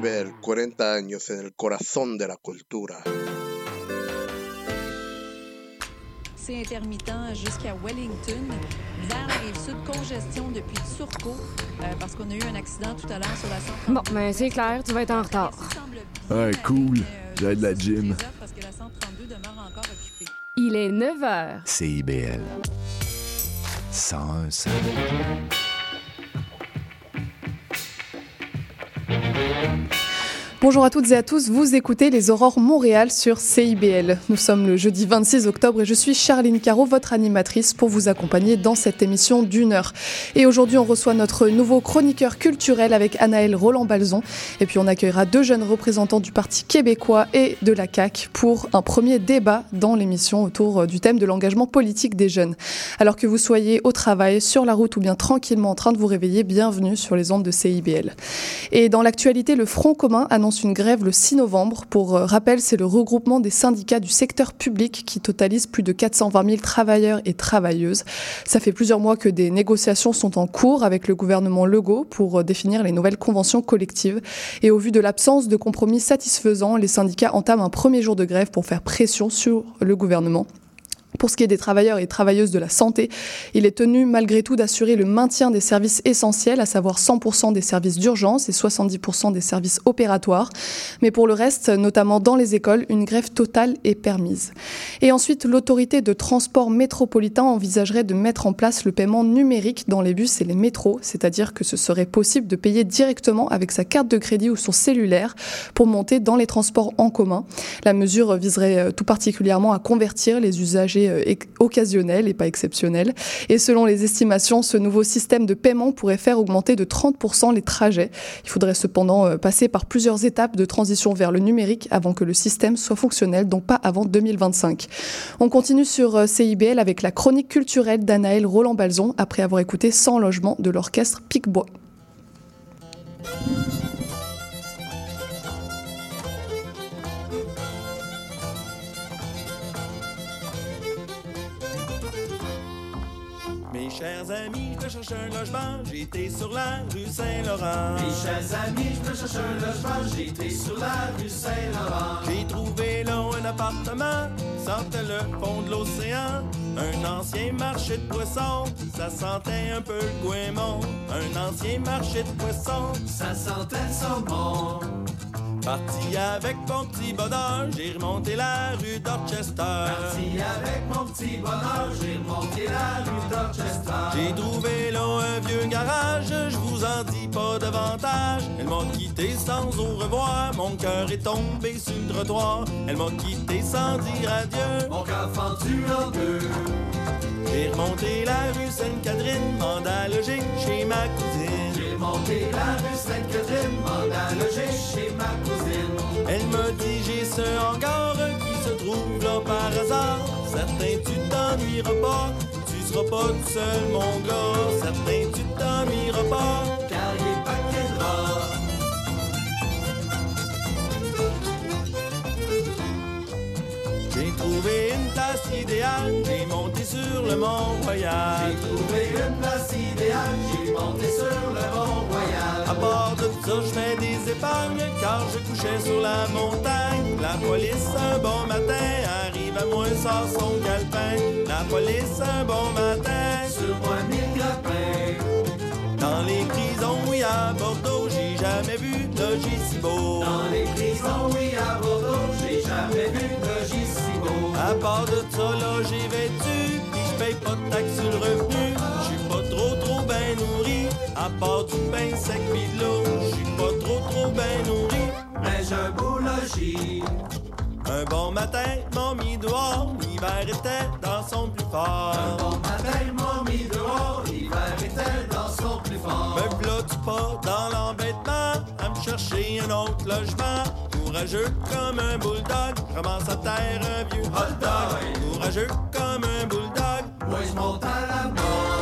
CIBEL, 40 años en el corazón de la cultura. C'est intermittent jusqu'à Wellington. Vers la Rive-Sud, congestion depuis Turcot, parce qu'on a eu un accident tout à l'heure sur la 132. Bon, ben c'est clair, tu vas être en retard. Ouais, cool. J'ai de la gym. Parce que la 132 demeure encore occupée. Il est 9h. CIBL 101.5. Bonjour à toutes et à tous, vous écoutez les Aurores Montréal sur CIBL. Nous sommes le jeudi 26 octobre et je suis Charline Caro, votre animatrice, pour vous accompagner dans cette émission d'1 heure. Et aujourd'hui, on reçoit notre nouveau chroniqueur culturel avec Anaël Roland-Balzon. Et puis on accueillera 2 jeunes représentants du Parti québécois et de la CAQ pour un premier débat dans l'émission autour du thème de l'engagement politique des jeunes. Alors que vous soyez au travail, sur la route ou bien tranquillement en train de vous réveiller, bienvenue sur les ondes de CIBL. Et dans l'actualité, le Front commun annonce une grève le 6 novembre. Pour rappel, c'est le regroupement des syndicats du secteur public qui totalise plus de 420 000 travailleurs et travailleuses. Ça fait plusieurs mois que des négociations sont en cours avec le gouvernement Legault pour définir les nouvelles conventions collectives. Et au vu de l'absence de compromis satisfaisant, les syndicats entament un premier jour de grève pour faire pression sur le gouvernement. Pour ce qui est des travailleurs et travailleuses de la santé, il est tenu malgré tout d'assurer le maintien des services essentiels, à savoir 100% des services d'urgence et 70% des services opératoires. Mais pour le reste, notamment dans les écoles, une grève totale est permise. Et ensuite, l'autorité de transport métropolitain envisagerait de mettre en place le paiement numérique dans les bus et les métros, c'est-à-dire que ce serait possible de payer directement avec sa carte de crédit ou son cellulaire pour monter dans les transports en commun. La mesure viserait tout particulièrement à convertir les usagers occasionnel et pas exceptionnel. Et selon les estimations, ce nouveau système de paiement pourrait faire augmenter de 30% les trajets. Il faudrait cependant passer par plusieurs étapes de transition vers le numérique avant que le système soit fonctionnel, donc pas avant 2025. On continue sur CIBL avec la chronique culturelle d'Anaël Roland-Balzon après avoir écouté 100 logements de l'orchestre Pic-Bois. Mes chers amis, je cherche un logement, j'étais sur la rue Saint-Laurent. Mes chers amis, je cherche un logement, j'étais sur la rue Saint-Laurent. J'ai trouvé là un appartement, sentait le fond de l'océan. Un ancien marché de poissons, ça sentait un peu le goémon. Un ancien marché de poissons, ça sentait le saumon. Parti avec mon petit bonheur, j'ai remonté la rue Dorchester. Parti avec mon petit bonheur, j'ai remonté la rue Dorchester. J'ai trouvé là un vieux garage, je vous en dis pas davantage. Elle m'a quitté sans au revoir, mon cœur est tombé sur le trottoir. Elle m'a quitté sans dire adieu, mon cœur fendu en deux. J'ai remonté la rue Sainte-Catherine, m'en loger chez ma cousine. J'ai remonté la rue Sainte-Catherine, m'en loger chez ma cousine. Elle me dit j'ai ce hangar qui se trouve là par hasard. Certain tu t'ennuieras pas, tu seras pas tout seul mon gars. Certain tu t'ennuieras pas, car il est paquet de rats. J'ai trouvé une place idéale, j'ai monté sur le Mont-Royal. J'ai trouvé une place idéale, j'ai monté sur le Mont-Royal. À part de ça, je fais des épargnes, car je couchais sur la montagne. La police, un bon matin, arrive à moi sans son calepin. La police, un bon matin, sur moi 1000 grappins. Dans les prisons, oui, à Bordeaux, j'ai jamais vu de logis si beau. Dans les prisons, oui, à Bordeaux, j'ai jamais vu de logis si beau. À part de ça, là, j'ai vêtu, pis j'paye pas de taxes sur le revenu. J'suis pas trop ben nourri, à part du pain sec pis de l'eau. J'suis pas trop ben nourri, mais j'ai un beau logis. Un bon matin, m'ont mis dehors, l'hiver était dans son plus fort. Un bon matin, m'ont mis dehors, l'hiver était dans son plus fort. Me bloque pas dans l'embêtement, à me chercher un autre logement. Courageux comme un bulldog, ramasse à terre un vieux hot dog. Courageux comme un bulldog, moi je monte à la mort.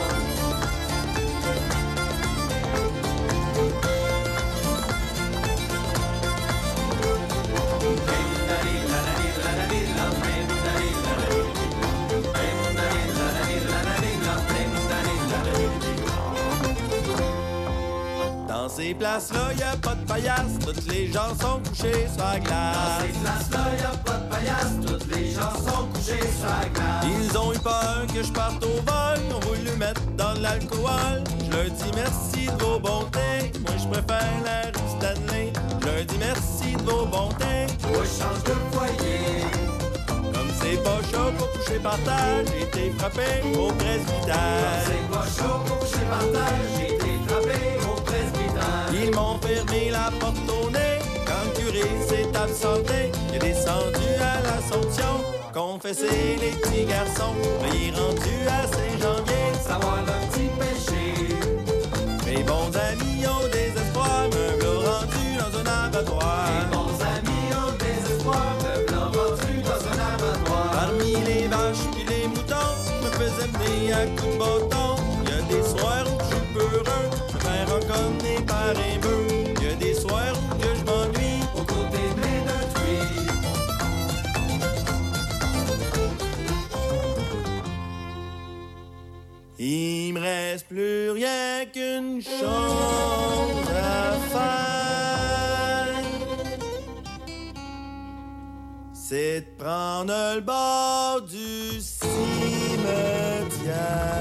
Dans ces places-là, y a pas de paillasse, toutes les gens sont couchés sur la glace. Dans ces places-là, y a pas de paillasse, toutes les gens sont couchés sur la glace. Ils ont eu peur que je parte au vol, ont voulu mettre dans l'alcool. Je leur dis merci de vos bontés, moi je préfère la rue Stanley. Je leur dis merci de vos bontés, moi je change de foyer. Comme c'est pas chaud pour coucher par terre, j'ai été frappé au presbytère. Comme c'est pas chaud pour coucher par terre, j'ai été frappé au presbytère. Ils m'ont fermé la porte au nez, quand le curé s'est absenté. Il est descendu à l'Assomption, confessé les petits garçons. Il est rendu à Saint-Janvier, savoir leur petit péché. Mes bons amis au désespoir, me l'ont rendu dans un abattoir. Mes bons amis au désespoir, me l'ont rendu dans un abattoir. Parmi les vaches et les moutons, me faisais mener à coups de bâton. Y a des soirs où je suis peureux, me faire encore né par un bœuf. Y a des soirs où que je m'ennuie, aux côtés de mes deux tuiles. Il me reste plus rien qu'une chose à faire, c'est de prendre le bord du cimetière.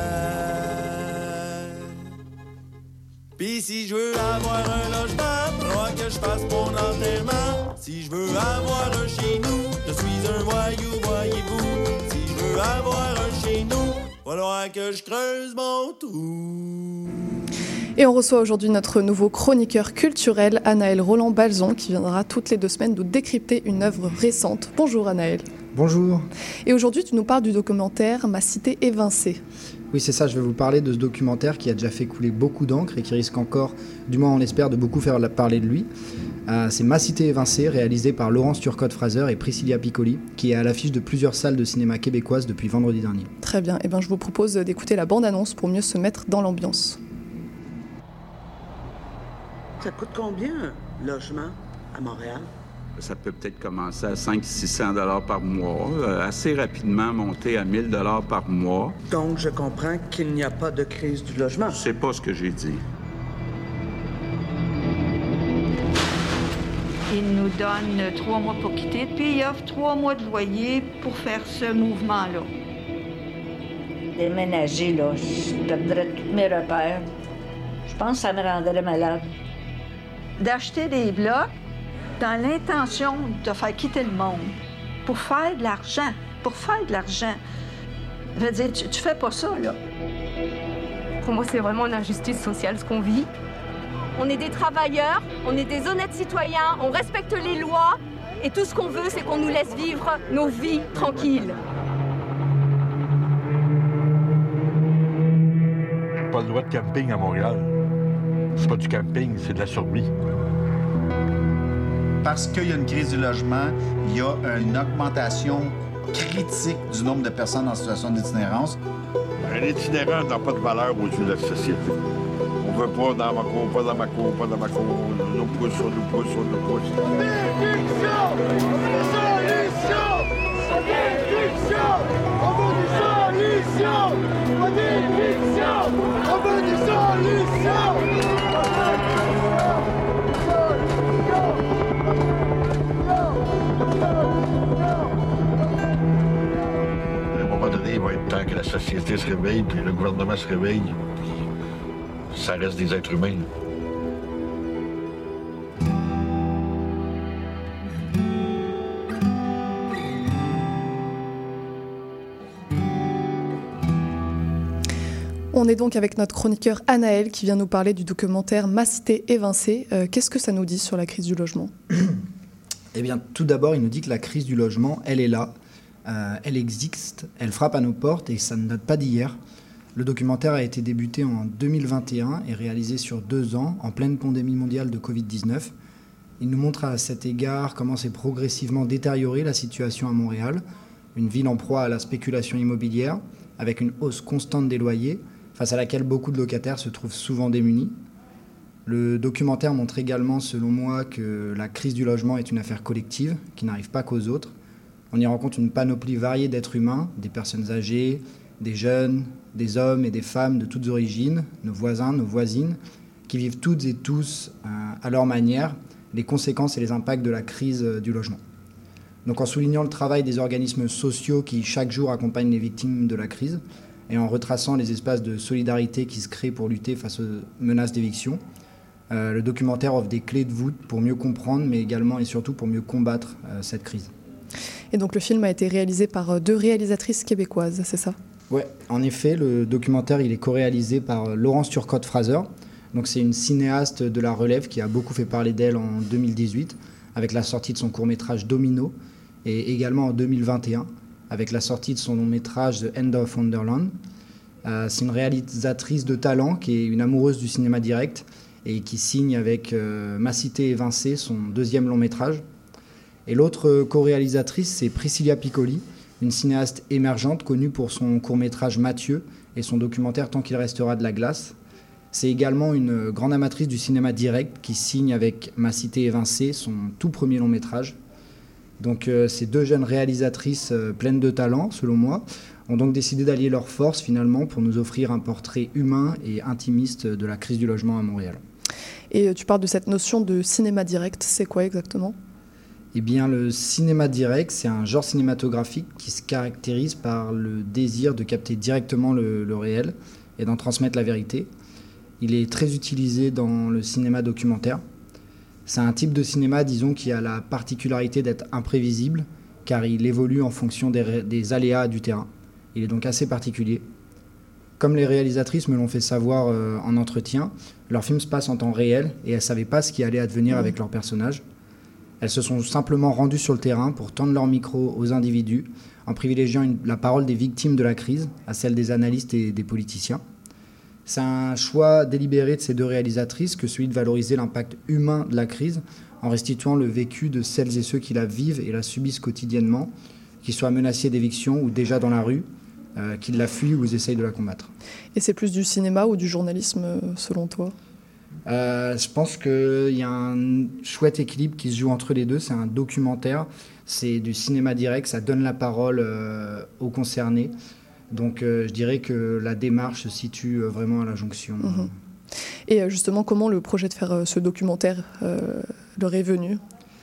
Pis si je veux avoir un logement, faudra que je fasse mon enterrement. Si je veux avoir un chez nous, je suis un voyou, voyez-vous. Si je veux avoir un chez nous, faudra que je creuse mon trou. Et on reçoit aujourd'hui notre nouveau chroniqueur culturel, Anaël Roland-Balzon, qui viendra toutes les 2 semaines nous décrypter une œuvre récente. Bonjour Anaël. Bonjour. Et aujourd'hui, tu nous parles du documentaire « Ma cité évincée ». Oui, c'est ça, je vais vous parler de ce documentaire qui a déjà fait couler beaucoup d'encre et qui risque encore, du moins on l'espère, de beaucoup faire parler de lui. C'est Ma cité évincée, réalisé par Laurence Turcotte-Fraser et Priscilla Piccoli, qui est à l'affiche de plusieurs salles de cinéma québécoises depuis vendredi dernier. Très bien, et je vous propose d'écouter la bande-annonce pour mieux se mettre dans l'ambiance. Ça coûte combien un logement à Montréal? Ça peut peut-être commencer à 500-600 $ par mois, assez rapidement monter à 1 000 $ par mois. Donc, je comprends qu'il n'y a pas de crise du logement. C'est pas ce que j'ai dit. Il nous donne 3 mois pour quitter, puis il offre 3 mois de loyer pour faire ce mouvement-là. Déménager, là, je perdrais tous mes repères. Je pense que ça me rendrait malade. D'acheter des blocs dans l'intention de faire quitter le monde pour faire de l'argent. Pour faire de l'argent. Je veux dire, tu fais pas ça, là. Pour moi, c'est vraiment une injustice sociale, ce qu'on vit. On est des travailleurs, on est des honnêtes citoyens, on respecte les lois, et tout ce qu'on veut, c'est qu'on nous laisse vivre nos vies tranquilles. Pas le droit de camping à Montréal. C'est pas du camping, c'est de la survie. Parce qu'il y a une crise du logement, il y a une augmentation critique du nombre de personnes en situation d'itinérance. Un itinérant n'a pas de valeur aux yeux de la société. On veut pas dans ma cour, pas dans ma cour, pas dans ma cour. Nous pousse, on nous pousse, on nous pousse. Éviction! Solution! Éviction! On veut des solutions! Éviction! On veut des solutions! À un moment donné, il va être temps que la société se réveille, puis le gouvernement se réveille. Ça reste des êtres humains. On est donc avec notre chroniqueur Anaël qui vient nous parler du documentaire Ma cité évincée. Qu'est-ce que ça nous dit sur la crise du logement ? Eh bien, tout d'abord, il nous dit que la crise du logement, elle est là, elle existe, elle frappe à nos portes et ça ne date pas d'hier. Le documentaire a été débuté en 2021 et réalisé sur 2 ans, en pleine pandémie mondiale de Covid-19. Il nous montre à cet égard comment s'est progressivement détériorée la situation à Montréal, une ville en proie à la spéculation immobilière, avec une hausse constante des loyers, face à laquelle beaucoup de locataires se trouvent souvent démunis. Le documentaire montre également, selon moi, que la crise du logement est une affaire collective, qui n'arrive pas qu'aux autres. On y rencontre une panoplie variée d'êtres humains, des personnes âgées, des jeunes, des hommes et des femmes de toutes origines, nos voisins, nos voisines, qui vivent toutes et tous, à leur manière, les conséquences et les impacts de la crise du logement. Donc en soulignant le travail des organismes sociaux qui chaque jour accompagnent les victimes de la crise et en retraçant les espaces de solidarité qui se créent pour lutter face aux menaces d'éviction, le documentaire offre des clés de voûte pour mieux comprendre, mais également et surtout pour mieux combattre cette crise. Et donc le film a été réalisé par 2 réalisatrices québécoises, c'est ça ? Ouais, en effet, le documentaire il est co-réalisé par Laurence Turcotte-Fraser. Donc c'est une cinéaste de la relève qui a beaucoup fait parler d'elle en 2018 avec la sortie de son court-métrage Domino et également en 2021 avec la sortie de son long-métrage The End of Wonderland. C'est une réalisatrice de talent qui est une amoureuse du cinéma direct et qui signe avec Ma cité évincée son 2e long-métrage. Et l'autre co-réalisatrice, c'est Priscilla Piccoli, une cinéaste émergente connue pour son court-métrage Mathieu et son documentaire Tant qu'il restera de la glace. C'est également une grande amatrice du cinéma direct qui signe avec Ma cité évincée son tout premier long-métrage. Donc ces 2 jeunes réalisatrices pleines de talent, selon moi, ont donc décidé d'allier leurs forces finalement pour nous offrir un portrait humain et intimiste de la crise du logement à Montréal. Et tu parles de cette notion de cinéma direct, c'est quoi exactement ? Eh bien, le cinéma direct, c'est un genre cinématographique qui se caractérise par le désir de capter directement le réel et d'en transmettre la vérité. Il est très utilisé dans le cinéma documentaire. C'est un type de cinéma, disons, qui a la particularité d'être imprévisible, car il évolue en fonction des aléas du terrain. Il est donc assez particulier. Comme les réalisatrices me l'ont fait savoir en entretien, leur film se passe en temps réel et elles ne savaient pas ce qui allait advenir avec leurs personnages. Elles se sont simplement rendues sur le terrain pour tendre leur micro aux individus, en privilégiant la parole des victimes de la crise à celle des analystes et des politiciens. C'est un choix délibéré de ces 2 réalisatrices que celui de valoriser l'impact humain de la crise en restituant le vécu de celles et ceux qui la vivent et la subissent quotidiennement, qu'ils soient menacés d'éviction ou déjà dans la rue, qu'ils la fuient ou essayent de la combattre. Et c'est plus du cinéma ou du journalisme selon toi ? Je pense qu'il y a un chouette équilibre qui se joue entre les 2. C'est un documentaire, c'est du cinéma direct, ça donne la parole aux concernés. Donc je dirais que la démarche se situe vraiment à la jonction. Et justement, comment le projet de faire ce documentaire leur est venu ?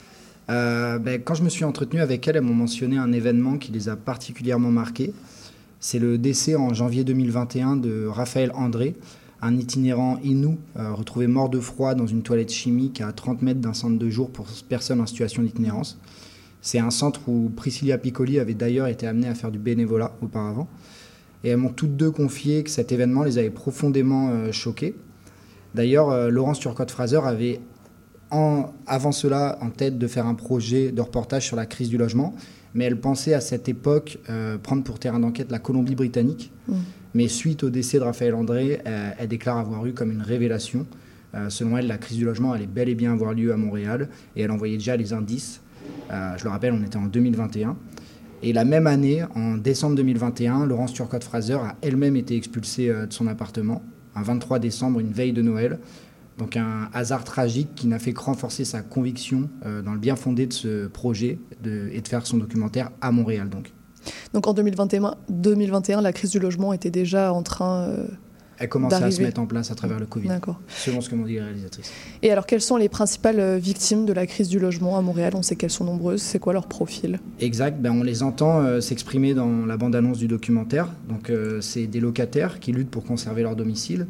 Quand je me suis entretenu avec elles m'ont mentionné un événement qui les a particulièrement marqués. C'est le décès en janvier 2021 de Raphaël André, un itinérant inou retrouvé mort de froid dans une toilette chimique à 30 mètres d'un centre de jour pour personnes en situation d'itinérance. C'est un centre où Priscilla Piccoli avait d'ailleurs été amenée à faire du bénévolat auparavant. Et elles m'ont toutes 2 confié que cet événement les avait profondément choquées. D'ailleurs, Laurence Turcotte-Fraser avait avant cela en tête de faire un projet de reportage sur la crise du logement, mais elle pensait à cette époque prendre pour terrain d'enquête la Colombie-Britannique. Mais suite au décès de Raphaël André, elle déclare avoir eu comme une révélation. Selon elle, la crise du logement allait bel et bien avoir lieu à Montréal et elle envoyait déjà les indices. Je le rappelle, on était en 2021. Et la même année, en décembre 2021, Laurence Turcotte-Fraser a elle-même été expulsée de son appartement, un 23 décembre, une veille de Noël. Donc un hasard tragique qui n'a fait que renforcer sa conviction dans le bien fondé de ce projet et de faire son documentaire à Montréal. Donc en 2021, la crise du logement était déjà en train Elle commençait à se mettre en place à travers le Covid, selon ce que m'ont dit les réalisatrices. Et alors, quelles sont les principales victimes de la crise du logement à Montréal ? On sait qu'elles sont nombreuses. C'est quoi leur profil ? Exact. On les entend s'exprimer dans la bande-annonce du documentaire. Donc, c'est des locataires qui luttent pour conserver leur domicile.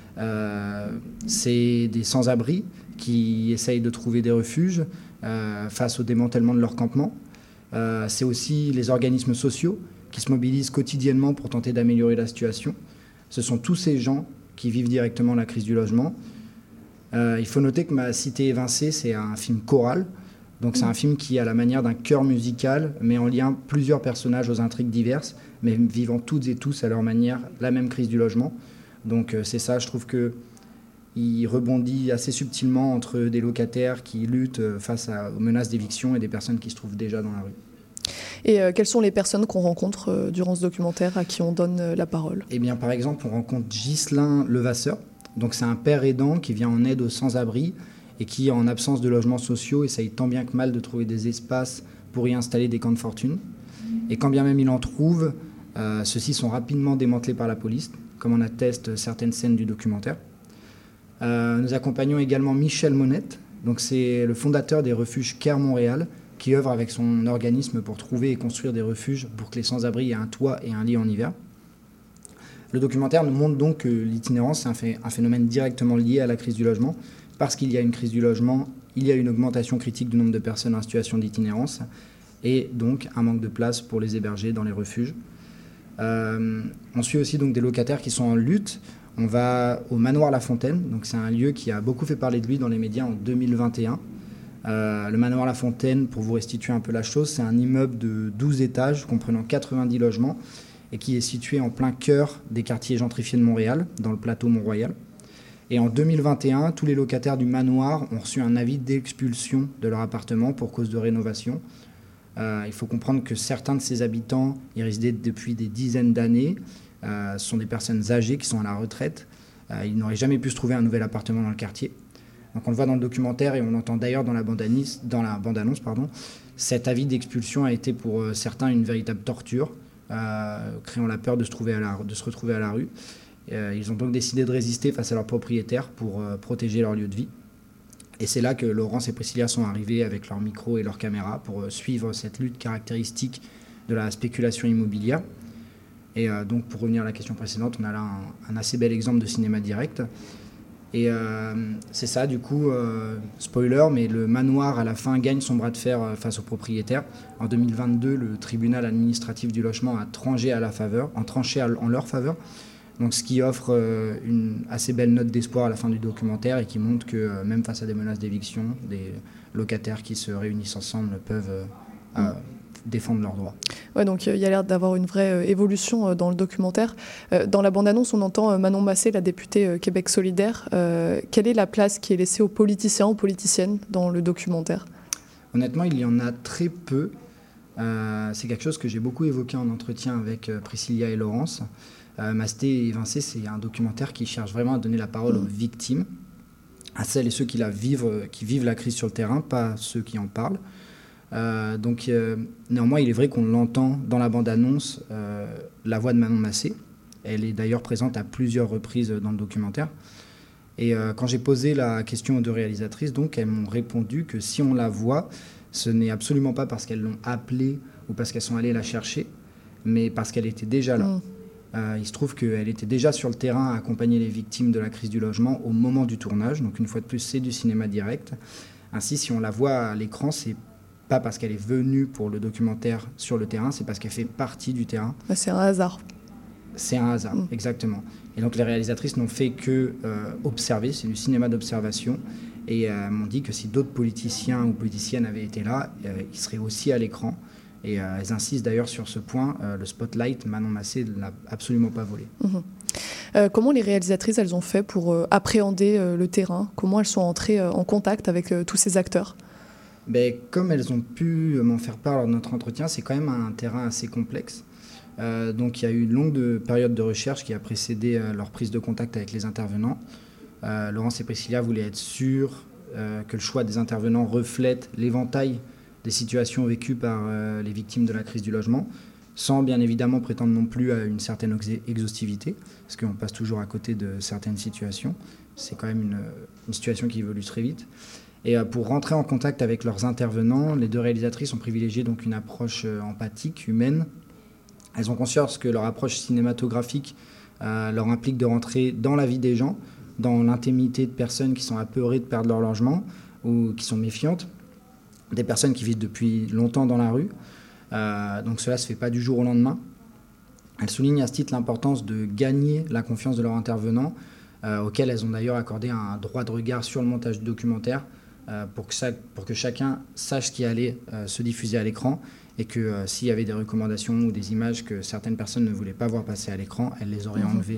C'est des sans-abri qui essayent de trouver des refuges face au démantèlement de leur campement. C'est aussi les organismes sociaux qui se mobilisent quotidiennement pour tenter d'améliorer la situation. Ce sont tous ces gens qui vivent directement la crise du logement. Il faut noter que Ma cité évincée, c'est un film choral. Donc c'est un film qui, à la manière d'un chœur musical, met en lien plusieurs personnages aux intrigues diverses, mais vivant toutes et tous à leur manière la même crise du logement. Donc c'est ça, je trouve qu'il rebondit assez subtilement entre des locataires qui luttent face aux menaces d'éviction et des personnes qui se trouvent déjà dans la rue. Et quelles sont les personnes qu'on rencontre durant ce documentaire, à qui on donne la parole ? Eh bien, par exemple, on rencontre Ghislain Levasseur. Donc, c'est un père aidant qui vient en aide aux sans-abri et qui, en absence de logements sociaux, essaye tant bien que mal de trouver des espaces pour y installer des camps de fortune. Et quand bien même il en trouve, ceux-ci sont rapidement démantelés par la police, comme en attestent certaines scènes du documentaire. Nous accompagnons également Michel Monette, donc c'est le fondateur des refuges Care Montréal, qui œuvre avec son organisme pour trouver et construire des refuges pour que les sans-abri aient un toit et un lit en hiver. Le documentaire nous montre donc que l'itinérance est un phénomène directement lié à la crise du logement. Parce qu'il y a une crise du logement, il y a une augmentation critique du nombre de personnes en situation d'itinérance et donc un manque de place pour les héberger dans les refuges. On suit aussi donc des locataires qui sont en lutte. On va au Manoir La Fontaine, donc c'est un lieu qui a beaucoup fait parler de lui dans les médias en 2021. Le Manoir La Fontaine, pour vous restituer un peu la chose, c'est un immeuble de 12 étages comprenant 90 logements et qui est situé en plein cœur des quartiers gentrifiés de Montréal, dans le plateau Mont-Royal. Et en 2021, tous les locataires du manoir ont reçu un avis d'expulsion de leur appartement pour cause de rénovation. Il faut comprendre que certains de ces habitants y résidaient depuis des dizaines d'années. Ce sont des personnes âgées qui sont à la retraite. Ils n'auraient jamais pu se trouver un nouvel appartement dans le quartier. Donc on le voit dans le documentaire et on entend d'ailleurs dans la bande-annonce, cet avis d'expulsion a été pour certains une véritable torture, créant la peur de se retrouver à la rue. Ils ont donc décidé de résister face à leurs propriétaires pour protéger leur lieu de vie. Et c'est là que Laurence et Priscilla sont arrivés avec leurs micros et leurs caméras pour suivre cette lutte caractéristique de la spéculation immobilière. Et donc pour revenir à la question précédente, on a là un assez bel exemple de cinéma direct. Et c'est ça, du coup, spoiler, mais le manoir à la fin gagne son bras de fer face aux propriétaires. En 2022, le tribunal administratif du logement a tranché en leur faveur. Donc, ce qui offre une assez belle note d'espoir à la fin du documentaire et qui montre que même face à des menaces d'éviction, des locataires qui se réunissent ensemble peuvent défendre leurs droits. Ouais, donc il y a l'air d'avoir une vraie évolution dans le documentaire. Dans la bande-annonce, on entend Manon Massé, la députée Québec solidaire. Quelle est la place qui est laissée aux politiciens, aux politiciennes dans le documentaire ? Honnêtement, il y en a très peu. C'est quelque chose que j'ai beaucoup évoqué en entretien avec Priscilla et Laurence. Masté et Évincé, c'est un documentaire qui cherche vraiment à donner la parole aux victimes, à celles et ceux qui vivent la crise sur le terrain, pas ceux qui en parlent. Donc néanmoins, il est vrai qu'on l'entend dans la bande-annonce, la voix de Manon Massé. Elle est d'ailleurs présente à plusieurs reprises dans le documentaire. Et quand j'ai posé la question aux deux réalisatrices, donc, elles m'ont répondu que si on la voit, ce n'est absolument pas parce qu'elles l'ont appelée ou parce qu'elles sont allées la chercher, mais parce qu'elle était déjà là. Il se trouve qu'elle était déjà sur le terrain à accompagner les victimes de la crise du logement au moment du tournage. Donc une fois de plus, c'est du cinéma direct. Ainsi, si on la voit à l'écran, c'est pas parce qu'elle est venue pour le documentaire sur le terrain, c'est parce qu'elle fait partie du terrain. C'est un hasard. C'est un hasard, exactement. Et donc les réalisatrices n'ont fait que observer, c'est du cinéma d'observation. Et m'ont dit que si d'autres politiciens ou politiciennes avaient été là, ils seraient aussi à l'écran. Et elles insistent d'ailleurs sur ce point. Le spotlight, Manon Massé ne l'a absolument pas volé. Comment les réalisatrices elles ont fait pour appréhender le terrain ? Comment elles sont entrées en contact avec tous ces acteurs ? Comme elles ont pu m'en faire part lors de notre entretien, c'est quand même un terrain assez complexe. Donc il y a eu une longue période de recherche qui a précédé leur prise de contact avec les intervenants. Laurence et Priscilla voulaient être sûres que le choix des intervenants reflète l'éventail des situations vécues par les victimes de la crise du logement, sans bien évidemment prétendre non plus à une certaine exhaustivité, parce qu'on passe toujours à côté de certaines situations. C'est quand même une situation qui évolue très vite. Et pour rentrer en contact avec leurs intervenants, les deux réalisatrices ont privilégié donc une approche empathique, humaine. Elles ont conscience que leur approche cinématographique leur implique de rentrer dans la vie des gens, dans l'intimité de personnes qui sont apeurées de perdre leur logement ou qui sont méfiantes, des personnes qui vivent depuis longtemps dans la rue. Donc cela ne se fait pas du jour au lendemain. Elles soulignent à ce titre l'importance de gagner la confiance de leurs intervenants, auxquels elles ont d'ailleurs accordé un droit de regard sur le montage du documentaire, pour que chacun sache ce qui allait se diffuser à l'écran et que s'il y avait des recommandations ou des images que certaines personnes ne voulaient pas voir passer à l'écran, elles les auraient enlevées.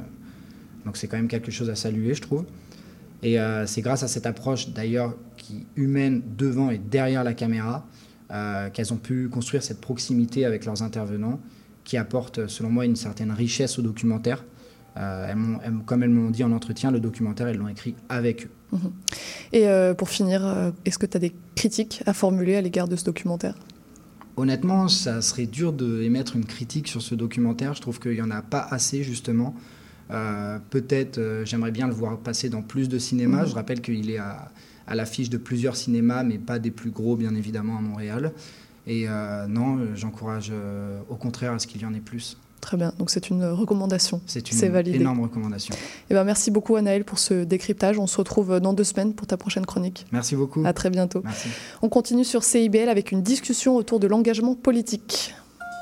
Donc c'est quand même quelque chose à saluer, je trouve. Et c'est grâce à cette approche, d'ailleurs, qui humaine devant et derrière la caméra, qu'elles ont pu construire cette proximité avec leurs intervenants, qui apporte, selon moi, une certaine richesse au documentaire. Comme elles m'ont dit en entretien, le documentaire, elles l'ont écrit avec eux. Et pour finir, est-ce que tu as des critiques à formuler à l'égard de ce documentaire ? Honnêtement, ça serait dur d'émettre une critique sur ce documentaire. Je trouve qu'il n'y en a pas assez, justement. Peut-être, j'aimerais bien le voir passer dans plus de cinémas. Je rappelle qu'il est à l'affiche de plusieurs cinémas, mais pas des plus gros, bien évidemment, à Montréal. Et non, j'encourage au contraire à ce qu'il y en ait plus. Très bien, donc c'est une recommandation. C'est une énorme recommandation. Eh ben, merci beaucoup Anaël pour ce décryptage. On se retrouve dans 2 semaines pour ta prochaine chronique. Merci beaucoup. À très bientôt. Merci. On continue sur CIBL avec une discussion autour de l'engagement politique.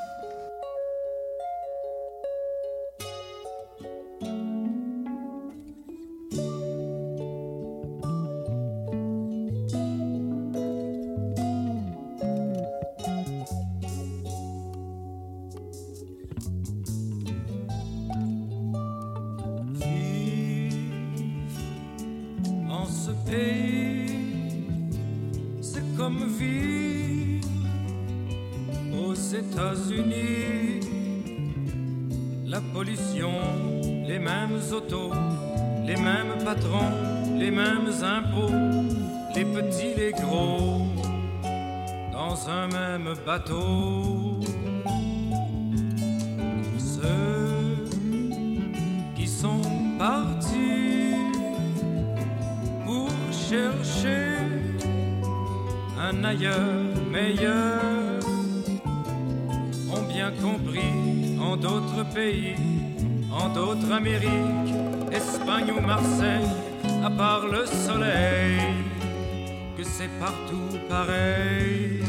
Ceux qui sont partis pour chercher un ailleurs meilleur ont bien compris en d'autres pays, en d'autres Amériques, Espagne ou Marseille, à part le soleil, que c'est partout pareil.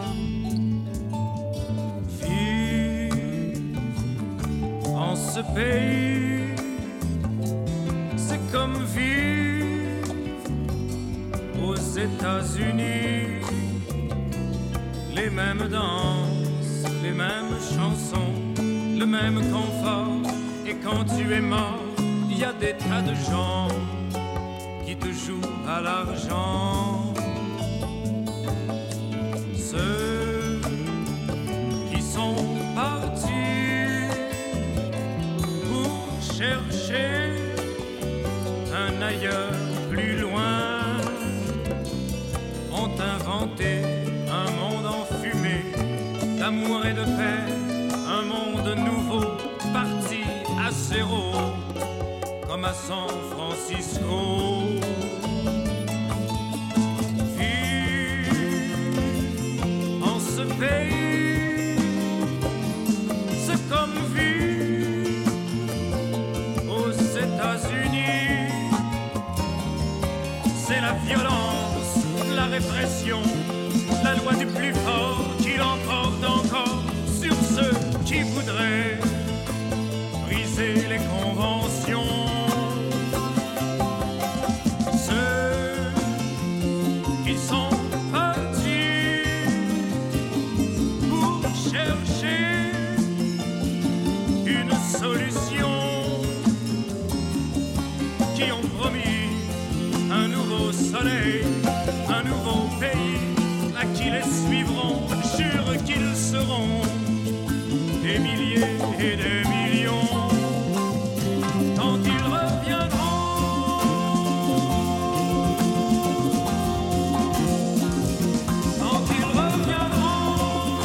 En ce pays, c'est comme vivre aux États-Unis. Les mêmes danses, les mêmes chansons, le même confort. Et quand tu es mort, il y a des tas de gens qui te jouent à l'argent. Ceux qui sont partis chercher un ailleurs plus loin, ont inventé un monde enfumé d'amour et de paix, un monde nouveau, parti à zéro, comme à San Francisco. Vivre en ce pays, c'est comme vivre États-Unis, c'est la violence, la répression, la loi du plus fort qui l'emporte encore sur ceux qui voudraient briser les conventions. Ceux qui sont partis pour chercher une solution, qui ont promis un nouveau soleil, un nouveau pays, à qui les suivront, jure qu'ils seront des milliers et des millions. Quand ils reviendront, quand ils reviendront.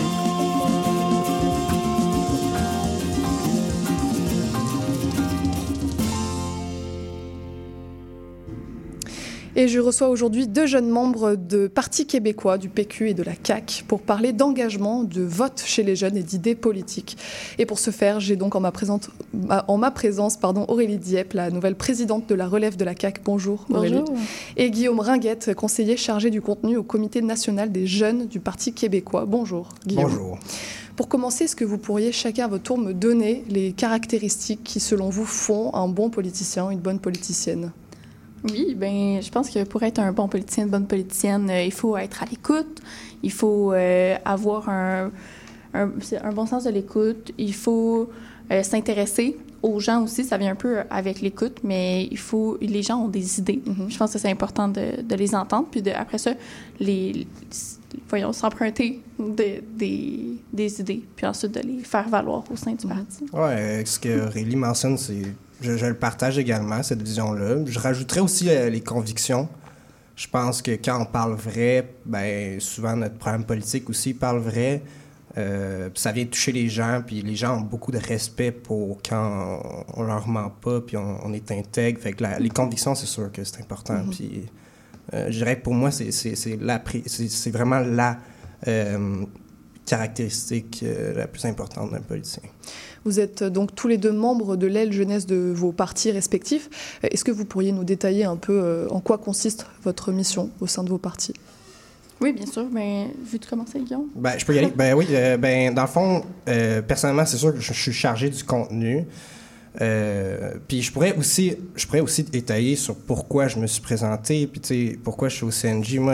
Et je reçois aujourd'hui 2 jeunes membres de Parti québécois, du PQ et de la CAQ, pour parler d'engagement, de vote chez les jeunes et d'idées politiques. Et pour ce faire, j'ai donc en ma présence Aurélie Dieppe, la nouvelle présidente de la relève de la CAQ. Bonjour Aurélie. Bonjour. Et Guillaume Ringuette, conseiller chargé du contenu au Comité national des jeunes du Parti québécois. Bonjour Guillaume. Bonjour. Pour commencer, est-ce que vous pourriez chacun à votre tour me donner les caractéristiques qui, selon vous, font un bon politicien, une bonne politicienne ? Oui, ben, je pense que pour être un bon politicien, une bonne politicienne, il faut être à l'écoute, il faut avoir un bon sens de l'écoute, il faut s'intéresser aux gens aussi, ça vient un peu avec l'écoute, mais les gens ont des idées. Je pense que c'est important de les entendre, puis après ça, s'emprunter des idées, puis ensuite de les faire valoir au sein du parti. Oui, ce que Aurélie mentionne, c'est... Je le partage également, cette vision-là. Je rajouterais aussi les convictions. Je pense que quand on parle vrai, ben souvent notre programme politique aussi parle vrai. Ça vient toucher les gens, puis les gens ont beaucoup de respect pour quand on leur ment pas, puis on est intègre. Fait que les convictions, c'est sûr que c'est important. Puis je dirais que pour moi, c'est vraiment la caractéristique la plus importante d'un politicien. Vous êtes donc tous les deux membres de l'aile jeunesse de vos partis respectifs. Est-ce que vous pourriez nous détailler un peu en quoi consiste votre mission au sein de vos partis? Oui, bien sûr. Veux-tu commencer, Guillaume? Je peux y aller. Oui. Dans le fond, personnellement, c'est sûr que je suis chargé du contenu. Puis je pourrais aussi étayer sur pourquoi je me suis présenté, puis tu sais, pourquoi je suis au CNJ. Moi,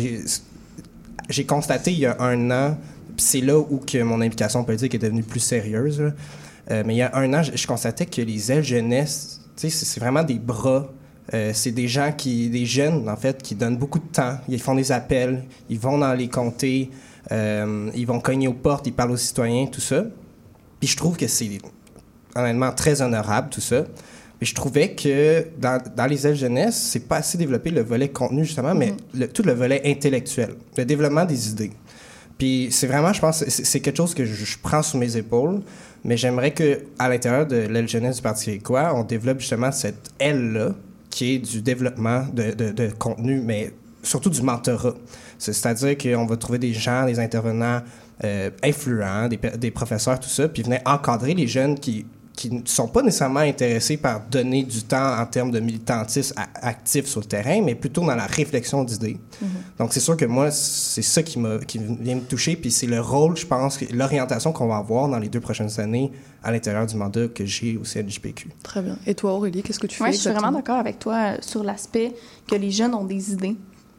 j'ai constaté il y a 1 an, puis c'est là où que mon implication politique est devenue plus sérieuse, là. Mais il y a 1 an, je constatais que les ailes jeunesse, tu sais, c'est vraiment des bras. C'est des gens des jeunes, en fait, qui donnent beaucoup de temps. Ils font des appels, ils vont dans les comtés, ils vont cogner aux portes, ils parlent aux citoyens, tout ça. Puis je trouve que c'est honnêtement très honorable, tout ça. Mais je trouvais que dans les ailes jeunesse, c'est pas assez développé le volet contenu, justement, mais tout le volet intellectuel, le développement des idées. Puis c'est vraiment, je pense, c'est quelque chose que je prends sous mes épaules, mais j'aimerais qu'à l'intérieur de l'aile jeunesse du Parti québécois, on développe justement cette aile-là, qui est du développement de contenu, mais surtout du mentorat. C'est-à-dire qu'on va trouver des gens, des intervenants influents, des professeurs, tout ça, puis venir encadrer les jeunes qui ne sont pas nécessairement intéressés par donner du temps en termes de militantisme actif sur le terrain, mais plutôt dans la réflexion d'idées. Donc, c'est sûr que moi, c'est ça qui vient me toucher, puis c'est le rôle, je pense, l'orientation qu'on va avoir dans les 2 prochaines années à l'intérieur du mandat que j'ai au CNJPQ. Très bien. Et toi, Aurélie, qu'est-ce que tu fais exactement? Je suis vraiment d'accord avec toi sur l'aspect que les jeunes ont des idées.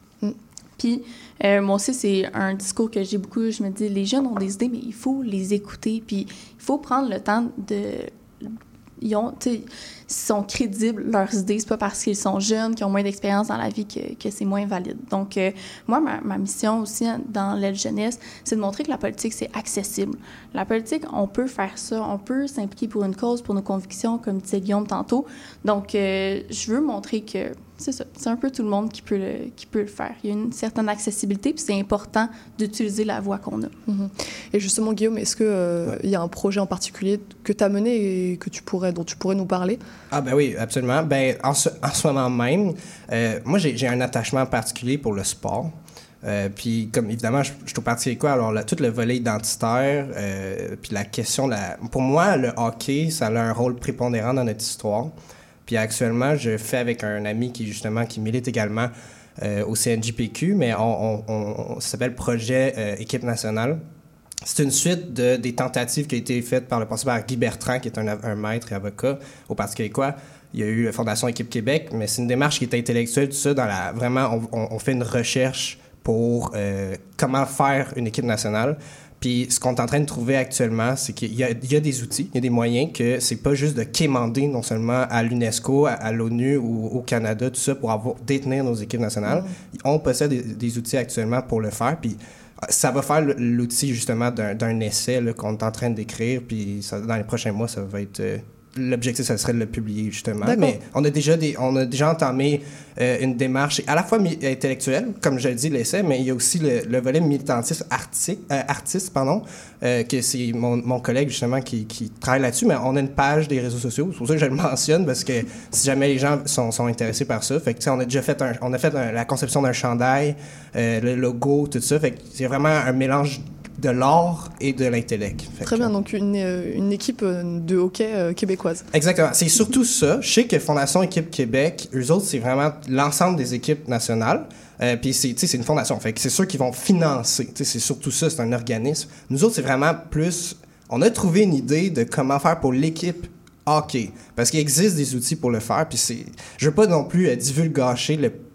Puis, moi aussi, c'est un discours que j'ai beaucoup. Je me dis, les jeunes ont des idées, mais il faut les écouter, puis il faut prendre le temps de... Ils sont crédibles, leurs idées. C'est pas parce qu'ils sont jeunes, qu'ils ont moins d'expérience dans la vie que c'est moins valide. Donc, moi, ma mission aussi dans l'aile jeunesse, c'est de montrer que la politique, c'est accessible. La politique, on peut faire ça. On peut s'impliquer pour une cause, pour nos convictions, comme disait Guillaume tantôt. Donc, je veux montrer que c'est ça. C'est un peu tout le monde qui peut le faire. Il y a une certaine accessibilité, puis c'est important d'utiliser la voix qu'on a. Et justement, Guillaume, est-ce qu'il y a un projet en particulier que tu as mené et dont tu pourrais nous parler? Ah ben oui, absolument. En ce moment même, moi, j'ai un attachement particulier pour le sport. Puis, comme évidemment, je suis au Parti québécois, alors tout le volet identitaire, puis la question, pour moi, le hockey, ça a un rôle prépondérant dans notre histoire. Puis actuellement, je fais avec un ami qui milite également au CNJPQ, mais ça s'appelle Projet Équipe nationale. C'est une suite des tentatives qui ont été faites par le passé par Guy Bertrand, qui est un maître et avocat au Parti québécois. Il y a eu la Fondation Équipe Québec, mais c'est une démarche qui est intellectuelle, tout ça, vraiment, on fait une recherche pour comment faire une équipe nationale. Puis ce qu'on est en train de trouver actuellement, c'est qu'il y a des outils, il y a des moyens que c'est pas juste de quémander non seulement à l'UNESCO, à l'ONU ou au Canada, tout ça, pour détenir nos équipes nationales. On possède des outils actuellement pour le faire, puis ça va faire l'outil justement d'un essai là, qu'on est en train d'écrire, puis dans les prochains mois, ça va être... L'objectif, ça serait de le publier, justement. D'accord. Mais on a déjà entamé une démarche à la fois intellectuelle, comme je le dis, l'essai, mais il y a aussi le volet militantiste artiste, que c'est mon collègue, justement, qui travaille là-dessus. Mais on a une page des réseaux sociaux. C'est pour ça que je le mentionne, parce que si jamais les gens sont intéressés par ça, fait que, on a déjà fait la conception d'un chandail, le logo, tout ça. Fait que c'est vraiment un mélange de l'art et de l'intellect. Très bien, donc une équipe de hockey québécoise. Exactement, c'est surtout ça. Je sais que Fondation Équipe Québec, eux autres, c'est vraiment l'ensemble des équipes nationales. Puis c'est une fondation, fait que c'est sûr qu'ils vont financer. C'est surtout ça, c'est un organisme. Nous autres, c'est vraiment plus... On a trouvé une idée de comment faire pour l'équipe hockey, parce qu'il existe des outils pour le faire, puis je veux pas non plus divulgacher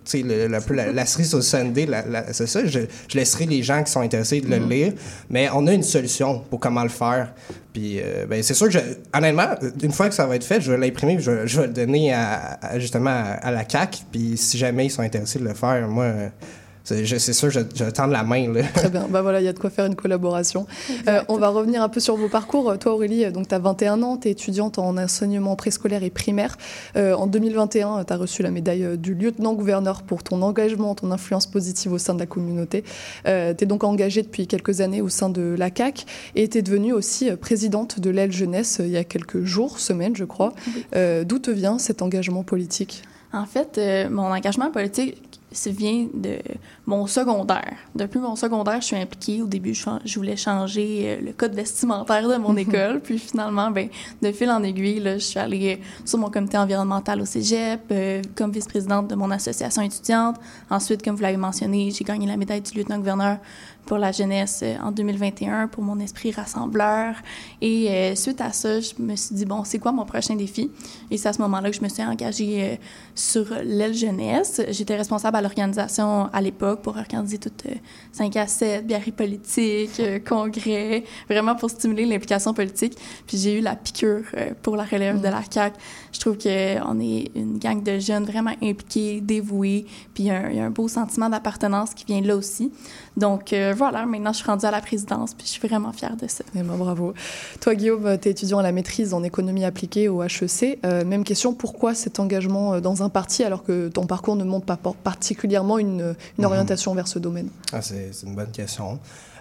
la cerise au sundae, c'est ça, je laisserai les gens qui sont intéressés de le lire, mais on a une solution pour comment le faire. Puis, c'est sûr que, honnêtement, une fois que ça va être fait, je vais l'imprimer, je vais le donner justement à la CAQ, puis si jamais ils sont intéressés de le faire, moi, C'est sûr, je tends la main, là. Très bien. Bah voilà, il y a de quoi faire une collaboration. On va revenir un peu sur vos parcours. Toi, Aurélie, donc tu as 21 ans, tu es étudiante en enseignement préscolaire et primaire. En 2021, tu as reçu la médaille du lieutenant-gouverneur pour ton engagement, ton influence positive au sein de la communauté. Tu es donc engagée depuis quelques années au sein de la CAQ et tu es devenue aussi présidente de l'aile jeunesse il y a quelques jours, semaines, je crois. D'où te vient cet engagement politique? En fait, mon engagement politique vient de mon secondaire. Depuis mon secondaire, je suis impliquée. Au début, je voulais changer le code vestimentaire de mon école. Puis finalement, de fil en aiguille, là, je suis allée sur mon comité environnemental au cégep, comme vice-présidente de mon association étudiante. Ensuite, comme vous l'avez mentionné, j'ai gagné la médaille du lieutenant-gouverneur pour la jeunesse en 2021 pour mon esprit rassembleur. Et suite à ça, je me suis dit, bon, c'est quoi mon prochain défi? Et c'est à ce moment-là que je me suis engagée sur l'aile jeunesse. J'étais responsable à l'organisation à l'époque pour organiser toutes 5 à 7 bières politiques, congrès, vraiment pour stimuler l'implication politique. Puis j'ai eu la piqûre pour la relève de la CAQ. Je trouve qu'on est une gang de jeunes vraiment impliqués, dévoués, puis il y a un beau sentiment d'appartenance qui vient là aussi. Donc voilà, maintenant je suis rendue à la présidence, puis je suis vraiment fière de ça. Eh ben, bravo. Toi, Guillaume, tu es étudiant à la maîtrise en économie appliquée au HEC. Même question, pourquoi cet engagement dans un parti alors que ton parcours ne montre pas particulièrement une orientation vers ce domaine? C'est une bonne question.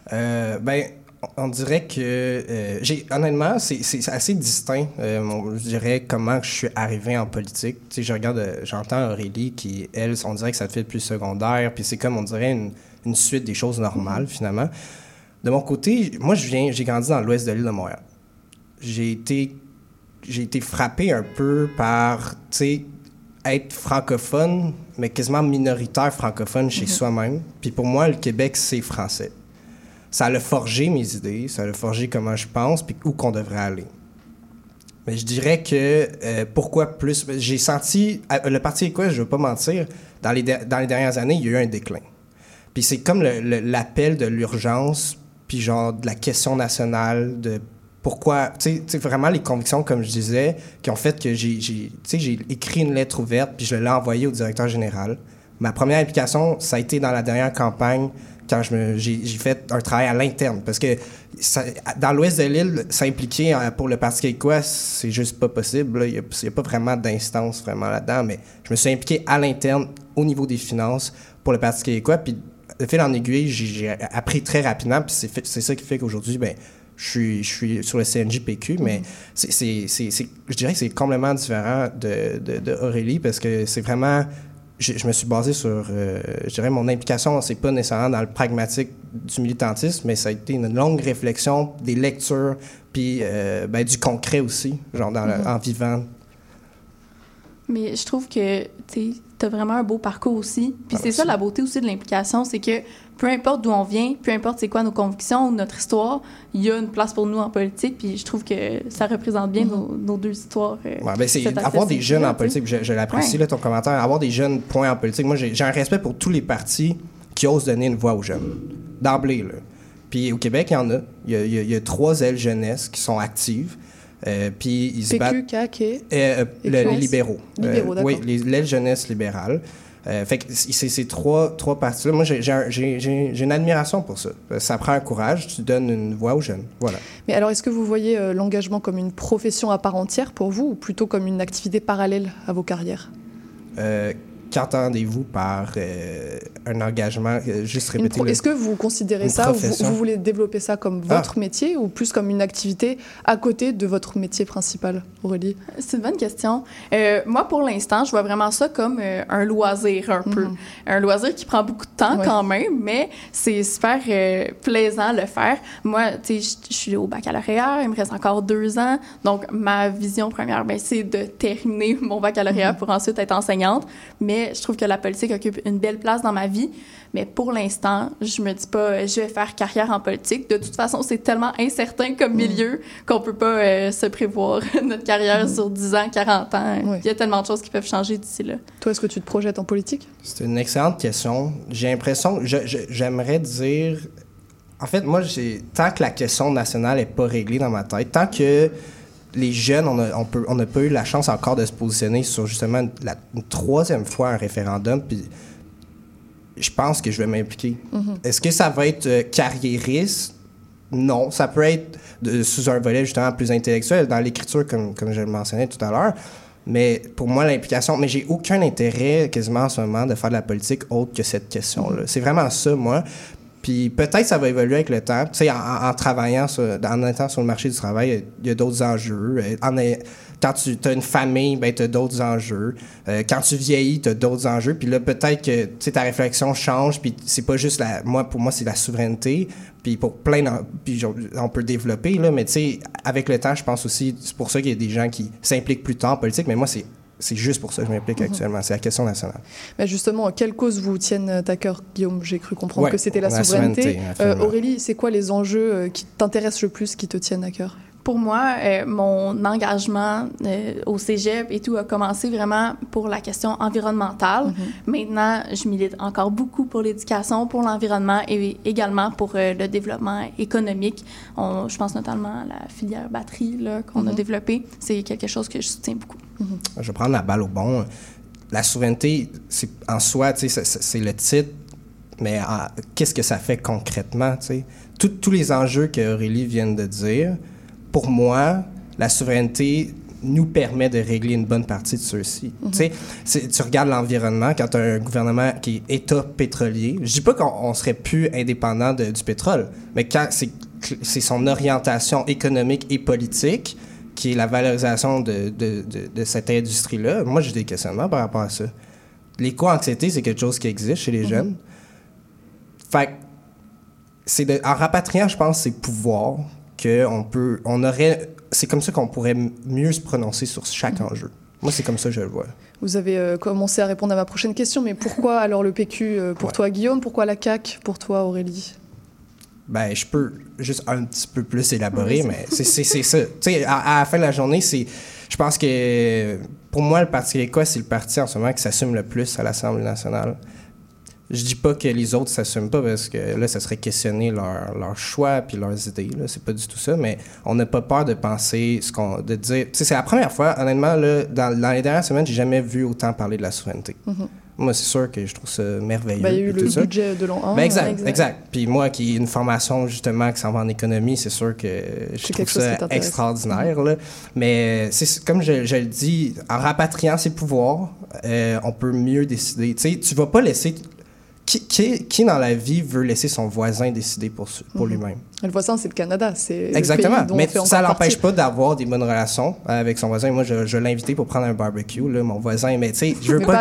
On dirait que honnêtement, c'est assez distinct. Je dirais comment je suis arrivé en politique. Tu sais, j'entends Aurélie qui, elle, on dirait que ça te fait plus secondaire, puis c'est comme on dirait une suite des choses normales finalement. De mon côté, moi j'ai grandi dans l'ouest de l'île de Montréal. J'ai été frappé un peu par, tu sais, être francophone, mais quasiment minoritaire francophone chez soi-même. Puis pour moi, le Québec, c'est français. Ça a forgé mes idées, ça a forgé comment je pense, puis où qu'on devrait aller. Mais je dirais que pourquoi plus... J'ai senti... Le Parti québécois, je ne veux pas mentir, dans les dernières années, il y a eu un déclin. Puis c'est comme l'appel de l'urgence, puis genre de la question nationale, de pourquoi... Tu sais, vraiment les convictions, comme je disais, qui ont fait que j'ai écrit une lettre ouverte, puis je l'ai envoyée au directeur général. Ma première implication, ça a été dans la dernière campagne, quand j'ai fait un travail à l'interne. Parce que dans l'ouest de l'île, s'impliquer pour le Parti québécois, c'est juste pas possible. Il n'y a pas vraiment d'instance vraiment là-dedans. Mais je me suis impliqué à l'interne, au niveau des finances, pour le Parti québécois. Puis de fil en aiguille, j'ai appris très rapidement. Puis c'est ça qui fait qu'aujourd'hui, je suis sur le CNJ-PQ. Mais je dirais que c'est complètement différent de Aurélie, parce que c'est vraiment... Je me suis basé sur, je dirais, mon implication, c'est pas nécessairement dans le pragmatique du militantisme, mais ça a été une longue réflexion, des lectures, puis du concret aussi, genre en vivant. Mais je trouve que tu as vraiment un beau parcours aussi. Puis c'est ça la beauté aussi de l'implication, c'est que peu importe d'où on vient, peu importe c'est quoi nos convictions ou notre histoire, il y a une place pour nous en politique. Puis je trouve que ça représente bien nos deux histoires. C'est avoir des jeunes en politique, je l'apprécie, là, ton commentaire, avoir des jeunes points en politique. Moi, j'ai un respect pour tous les partis qui osent donner une voix aux jeunes, d'emblée, là. Puis au Québec, il y en a. Il y a 3 ailes jeunesse qui sont actives. Puis ils se battent. PQ, CAQ et les libéraux. Libéraux, d'accord. Oui, l'aile jeunesse libérale. Fait que c'est ces trois partis-là. Moi, j'ai une admiration pour ça. Ça prend un courage, tu donnes une voix aux jeunes. Voilà. Mais alors, est-ce que vous voyez l'engagement comme une profession à part entière pour vous, ou plutôt comme une activité parallèle à vos carrières? Qu'entendez-vous par un engagement, juste répéter Est-ce que vous considérez ça, ou vous voulez développer ça comme votre métier, ou plus comme une activité à côté de votre métier principal, Aurélie? C'est une bonne question. Moi, pour l'instant, je vois vraiment ça comme un loisir un peu. Un loisir qui prend beaucoup de temps quand même, mais c'est super plaisant de le faire. Moi, tu sais, je suis au baccalauréat, il me reste encore 2 ans, donc ma vision première, c'est de terminer mon baccalauréat pour ensuite être enseignante, mais je trouve que la politique occupe une belle place dans ma vie. Mais pour l'instant, je me dis pas je vais faire carrière en politique. De toute façon, c'est tellement incertain comme milieu qu'on peut pas se prévoir notre carrière sur 10 ans, 40 ans. Il y a tellement de choses qui peuvent changer d'ici là. Toi, est-ce que tu te projettes en politique? C'est une excellente question. J'ai l'impression... J'aimerais dire... En fait, moi, tant que la question nationale n'est pas réglée dans ma tête, tant que les jeunes, on n'a pas eu la chance encore de se positionner sur justement une 3e fois un référendum, puis je pense que je vais m'impliquer. Est-ce que ça va être carriériste? Non. Ça peut être sous un volet justement plus intellectuel, dans l'écriture, comme je le mentionnais tout à l'heure. Mais pour moi, l'implication... Mais j'ai aucun intérêt, quasiment en ce moment, de faire de la politique autre que cette question-là. C'est vraiment ça, moi. Puis peut-être ça va évoluer avec le temps. Tu sais, en travaillant, en étant sur le marché du travail, il y a d'autres enjeux. Quand tu as une famille, ben, tu as d'autres enjeux. Quand tu vieillis, tu as d'autres enjeux. Puis là, peut-être que ta réflexion change. Puis c'est pas juste pour moi, c'est la souveraineté. Puis pour puis on peut développer, là, mais tu sais, avec le temps, je pense aussi, c'est pour ça qu'il y a des gens qui s'impliquent plus tard en politique. Mais moi, c'est juste pour ça que je m'implique actuellement. C'est la question nationale. Mais justement, quelles causes vous tiennent à cœur, Guillaume? J'ai cru comprendre que c'était la souveraineté. Aurélie, c'est quoi les enjeux qui t'intéressent le plus, qui te tiennent à cœur? Pour moi, mon engagement au cégep et tout a commencé vraiment pour la question environnementale. Maintenant, je milite encore beaucoup pour l'éducation, pour l'environnement et également pour le développement économique. Je pense notamment à la filière batterie là, qu'on a développée. C'est quelque chose que je soutiens beaucoup. Je vais prendre la balle au bon. La souveraineté, en soi, c'est le titre, mais qu'est-ce que ça fait concrètement? Tous les enjeux qu'Aurélie vient de dire, pour moi, la souveraineté nous permet de régler une bonne partie de ceux-ci. Tu regardes l'environnement, quand tu as un gouvernement qui est État pétrolier, je dis pas qu'on serait plus indépendant du pétrole, mais quand c'est son orientation économique et politique qui est la valorisation de cette industrie-là, moi, j'ai des questionnements par rapport à ça. L'éco-anxiété, c'est quelque chose qui existe chez les jeunes. Fait que en rapatriant, je pense, ces pouvoirs, c'est comme ça qu'on pourrait mieux se prononcer sur chaque enjeu. Moi, c'est comme ça que je le vois. Vous avez commencé à répondre à ma prochaine question, mais pourquoi alors le PQ pour toi, Guillaume? Pourquoi la CAQ pour toi, Aurélie? Ben, je peux juste un petit peu plus élaborer, mais c'est ça. Tu sais, à la fin de la journée, je pense que pour moi, le Parti québécois, c'est le parti en ce moment qui s'assume le plus à l'Assemblée nationale. Je dis pas que les autres s'assument pas parce que là, ça serait questionner leur choix puis leurs idées. Là, c'est pas du tout ça, mais on n'a pas peur de penser de dire. Tu sais, c'est la première fois, honnêtement, là, dans les dernières semaines, j'ai jamais vu autant parler de la souveraineté. Moi, c'est sûr que je trouve ça merveilleux. Il y a eu le budget de l'an 1. Ben exact. Puis moi, qui ai une formation justement qui s'en va en économie, c'est sûr que je trouve ça extraordinaire. Là. Mais comme je le dis, en rapatriant ses pouvoirs, on peut mieux décider. Tu sais, tu vas pas laisser... Qui dans la vie veut laisser son voisin décider pour lui-même? Le voisin, c'est le Canada. C'est exactement. Le pays dont mais on fait ça encore l'empêche partie. pas d'avoir des bonnes relations avec son voisin. Moi, je l'ai invité pour prendre un barbecue, là, mon voisin. Mais tu sais, je veux pas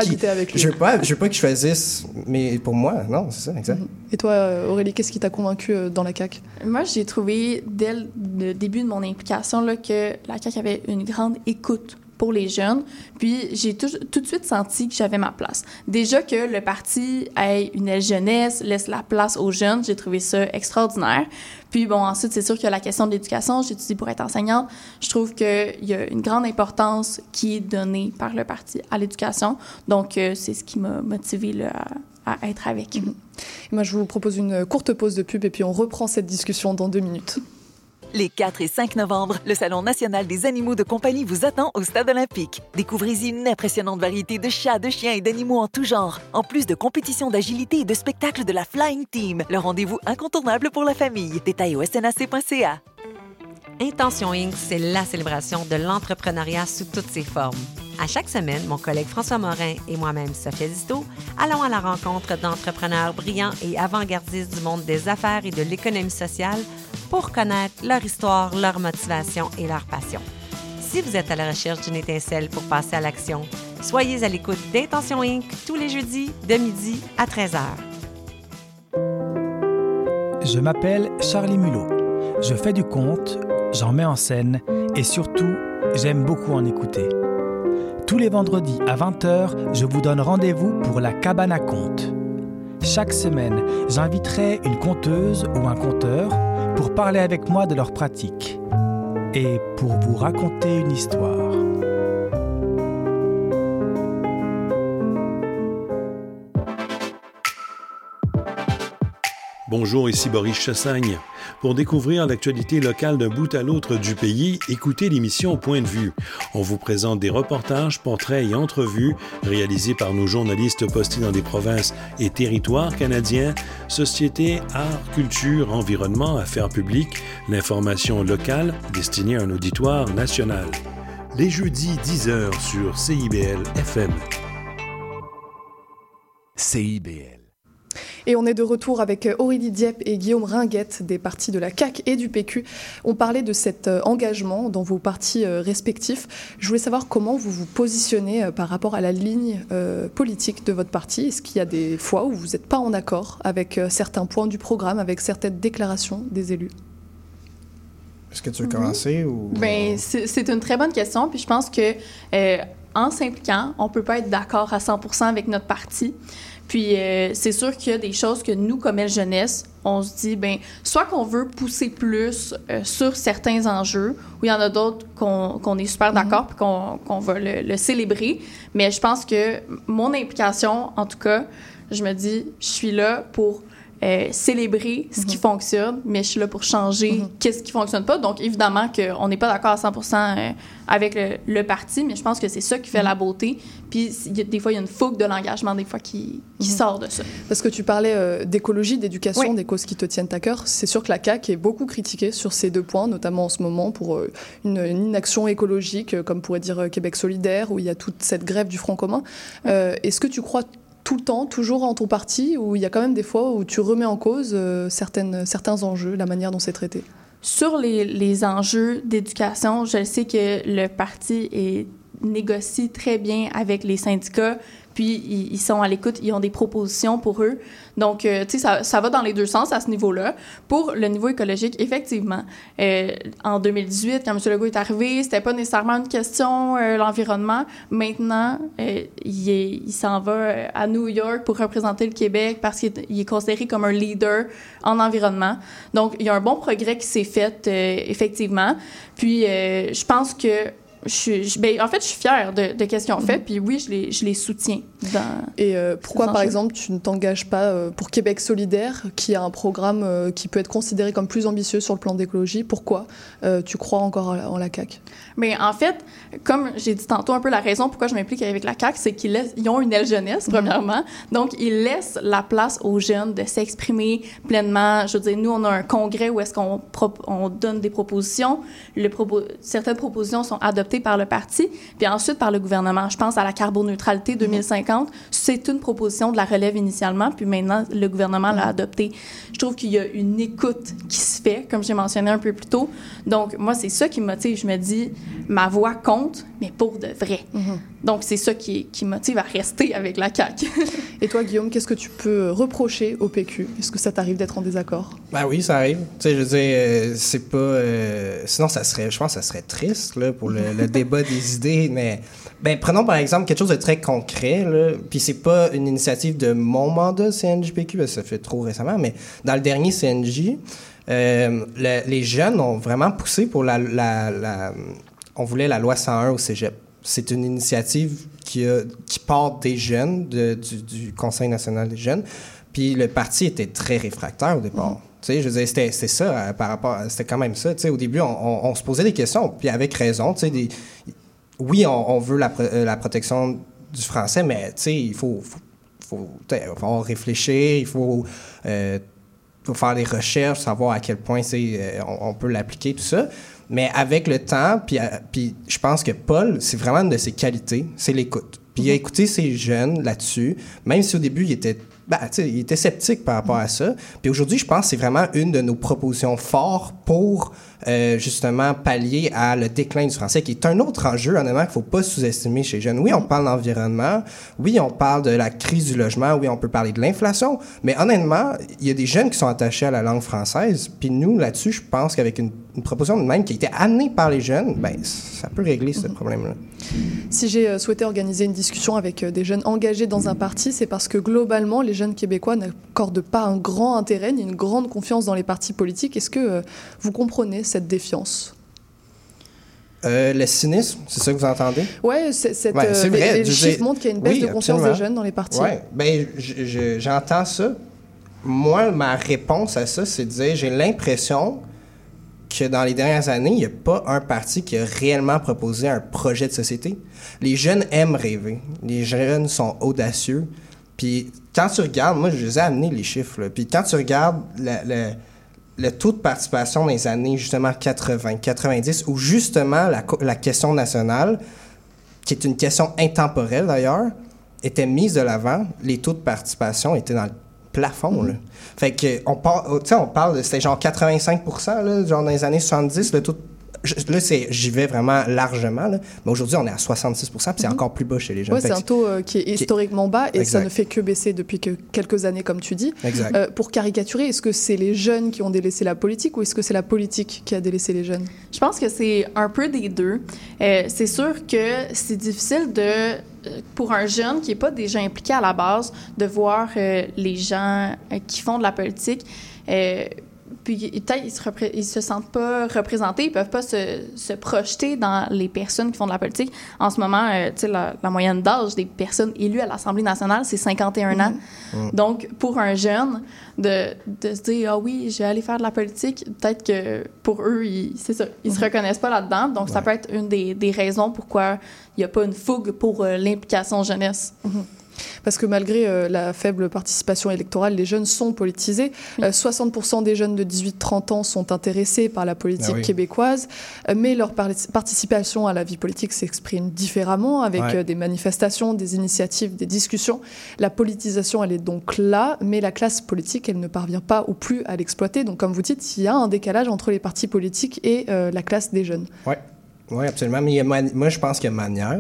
qu'il choisisse. Mais pour moi, non, c'est ça, exact. Et toi, Aurélie, qu'est-ce qui t'a convaincu dans la CAQ? Moi, j'ai trouvé dès le début de mon implication là, que la CAQ avait une grande écoute pour les jeunes. Puis, j'ai tout de suite senti que j'avais ma place. Déjà que le parti ait une aile jeunesse, laisse la place aux jeunes, j'ai trouvé ça extraordinaire. Puis, bon, ensuite, c'est sûr que la question de l'éducation, j'étudie pour être enseignante. Je trouve qu'il y a une grande importance qui est donnée par le parti à l'éducation. Donc, c'est ce qui m'a motivée là, à être avec. Moi, je vous propose une courte pause de pub et puis on reprend cette discussion dans 2 minutes. Les 4 et 5 novembre, le Salon national des animaux de compagnie vous attend au Stade olympique. Découvrez-y une impressionnante variété de chats, de chiens et d'animaux en tout genre, en plus de compétitions d'agilité et de spectacles de la Flying Team. Le rendez-vous incontournable pour la famille. Détails au snac.ca. Intention Inc., c'est la célébration de l'entrepreneuriat sous toutes ses formes. À chaque semaine, mon collègue François Morin et moi-même, Sophia Zito, allons à la rencontre d'entrepreneurs brillants et avant-gardistes du monde des affaires et de l'économie sociale pour connaître leur histoire, leur motivation et leur passion. Si vous êtes à la recherche d'une étincelle pour passer à l'action, soyez à l'écoute d'Intention Inc. tous les jeudis de midi à 13h. Je m'appelle Charlie Mulot. Je fais du conte, j'en mets en scène et surtout, j'aime beaucoup en écouter. Tous les vendredis à 20h, je vous donne rendez-vous pour la cabane à contes. Chaque semaine, j'inviterai une conteuse ou un conteur pour parler avec moi de leur pratique et pour vous raconter une histoire. Bonjour, ici Boris Chassagne. Pour découvrir l'actualité locale d'un bout à l'autre du pays, écoutez l'émission Point de vue. On vous présente des reportages, portraits et entrevues réalisés par nos journalistes postés dans des provinces et territoires canadiens, société, art, culture, environnement, affaires publiques, l'information locale destinée à un auditoire national. Les jeudis 10h sur CIBL FM. CIBL. Et on est de retour avec Aurélie Dieppe et Guillaume Ringuette des partis de la CAQ et du PQ. On parlait de cet engagement dans vos partis respectifs. Je voulais savoir comment vous vous positionnez par rapport à la ligne politique de votre parti. Est-ce qu'il y a des fois où vous n'êtes pas en accord avec certains points du programme, avec certaines déclarations des élus? Est-ce que tu veux commencer ou... Ben, c'est une très bonne question. Puis je pense que en s'impliquant, on ne peut pas être d'accord à 100% avec notre parti. Puis c'est sûr qu'il y a des choses que nous, comme Elle Jeunesse, on se dit, ben soit qu'on veut pousser plus sur certains enjeux, ou il y en a d'autres qu'on est super d'accord puis qu'on va le célébrer. Mais je pense que mon implication, en tout cas, je me dis, je suis là pour célébrer ce qui fonctionne, mais je suis là pour changer qu'est-ce qui fonctionne pas. Donc, évidemment qu'on n'est pas d'accord à 100% avec le parti, mais je pense que c'est ça qui fait la beauté. Puis, des fois, il y a une fougue de l'engagement, des fois, qui sort de ça. Parce que tu parlais d'écologie, d'éducation, des causes qui te tiennent à cœur. C'est sûr que la CAQ est beaucoup critiquée sur ces deux points, notamment en ce moment pour une inaction écologique, comme pourrait dire Québec solidaire, où il y a toute cette grève du Front commun. Est-ce que tu crois tout le temps, toujours en ton parti, ou il y a quand même des fois où tu remets en cause certains enjeux, la manière dont c'est traité? Sur les enjeux d'éducation, je sais que le parti négocie très bien avec les syndicats, puis ils sont à l'écoute, ils ont des propositions pour eux. Donc, tu sais, ça va dans les deux sens à ce niveau-là. Pour le niveau écologique, effectivement, en 2018, quand M. Legault est arrivé, c'était pas nécessairement une question, l'environnement. Maintenant, il s'en va à New York pour représenter le Québec parce qu'il est considéré comme un leader en environnement. Donc, il y a un bon progrès qui s'est fait, effectivement. Puis, je pense que en fait, je suis fière de ce qu'ils ont fait, puis oui, je les soutiens. Et pourquoi, par exemple, tu ne t'engages pas pour Québec solidaire, qui a un programme qui peut être considéré comme plus ambitieux sur le plan d'écologie? Pourquoi tu crois encore en la CAQ? Mais en fait, comme j'ai dit tantôt un peu, la raison pourquoi je m'implique avec la CAQ, c'est qu'ils ont une aile jeunesse, premièrement. Donc, ils laissent la place aux jeunes de s'exprimer pleinement. Je veux dire, nous, on a un congrès où est-ce qu'on donne des propositions. Certaines propositions sont adoptées par le parti, puis ensuite par le gouvernement. Je pense à la carboneutralité 2050. C'est une proposition de la relève initialement, puis maintenant, le gouvernement l'a adoptée. Je trouve qu'il y a une écoute qui se fait, comme j'ai mentionné un peu plus tôt. Donc, moi, c'est ça qui me motive. Je me dis, ma voix compte, mais pour de vrai. Donc, c'est ça qui motive à rester avec la CAQ. Et toi, Guillaume, qu'est-ce que tu peux reprocher au PQ? Est-ce que ça t'arrive d'être en désaccord? Ben oui, ça arrive. Tu sais, je veux dire, c'est pas... sinon, je pense que ça serait triste là, pour le débat des idées, mais... Ben, prenons par exemple quelque chose de très concret, là, puis c'est pas une initiative de mon mandat CNJ-PQ, parce que ça fait trop récemment, mais dans le dernier CNJ, les jeunes ont vraiment poussé pour on voulait la loi 101 au cégep. C'est une initiative qui part des jeunes, du Conseil national des jeunes, puis le parti était très réfractaire au départ. Tu sais, je veux dire, c'était ça, par rapport c'était quand même ça. Tu sais, au début, on se posait des questions, puis avec raison, tu sais, oui, on veut la protection du français, mais tu sais, il faut réfléchir, il faut faire des recherches, savoir à quel point on peut l'appliquer, tout ça. Mais avec le temps, puis je pense que Paul, c'est vraiment une de ses qualités, c'est l'écoute. Puis il a écouté ces jeunes là-dessus, même si au début, il était sceptique par rapport à ça. Puis aujourd'hui, je pense que c'est vraiment une de nos propositions fortes pour justement pallier à le déclin du français, qui est un autre enjeu, honnêtement, qu'il ne faut pas sous-estimer chez les jeunes. Oui, on parle d'environnement, oui, on parle de la crise du logement, oui, on peut parler de l'inflation, mais honnêtement, il y a des jeunes qui sont attachés à la langue française, puis nous, là-dessus, je pense qu'avec une proposition de même qui a été amenée par les jeunes, ben ça peut régler ce problème-là. Si j'ai souhaité organiser une discussion avec des jeunes engagés dans un parti, c'est parce que globalement, les jeunes québécois n'accordent pas un grand intérêt ni une grande confiance dans les partis politiques. Est-ce que vous comprenez cette défiance? Le cynisme, c'est ça que vous entendez? Oui, c'est vrai. Les chiffres montrent qu'il y a une baisse de confiance des jeunes dans les partis. Oui, bien, j'entends ça. moi, ma réponse à ça, c'est de dire, j'ai l'impression que dans les dernières années, il n'y a pas un parti qui a réellement proposé un projet de société. Les jeunes aiment rêver. Les jeunes sont audacieux. Puis quand tu regardes, moi, je les ai amenés les chiffres, là. Puis quand tu regardes le taux de participation dans les années, justement, 80, 90, où justement la question nationale, qui est une question intemporelle d'ailleurs, était mise de l'avant, les taux de participation étaient dans le plafond, là. Fait que on parle de, c'était genre 85%, là, genre dans les années 70, le taux là, j'y vais vraiment largement, là. Mais aujourd'hui, on est à 66%, puis c'est encore plus bas chez les jeunes. Oui, c'est un taux qui est historiquement bas, et exact. Ça ne fait que baisser depuis quelques années, comme tu dis. Exact. Pour caricaturer, est-ce que c'est les jeunes qui ont délaissé la politique, ou est-ce que c'est la politique qui a délaissé les jeunes? Je pense que c'est un peu des deux. C'est sûr que c'est difficile pour un jeune qui n'est pas déjà impliqué à la base, de voir les gens qui font de la politique. Puis peut-être ils se sentent pas représentés, ils peuvent pas se projeter dans les personnes qui font de la politique. En ce moment, tu sais, la moyenne d'âge des personnes élues à l'Assemblée nationale, c'est 51 ans. Donc, pour un jeune, de se dire « Ah oui, je vais aller faire de la politique », peut-être que pour eux, ils se reconnaissent pas là-dedans. Donc, ça peut être une des raisons pourquoi il n'y a pas une fougue pour l'implication jeunesse. Parce que malgré la faible participation électorale, les jeunes sont politisés. 60% des jeunes de 18-30 ans sont intéressés par la politique québécoise, mais leur participation à la vie politique s'exprime différemment, avec des manifestations, des initiatives, des discussions. La politisation, elle est donc là, mais la classe politique, elle ne parvient pas ou plus à l'exploiter. Donc, comme vous dites, il y a un décalage entre les partis politiques et la classe des jeunes. Oui, absolument. Mais moi, je pense qu'il y a manière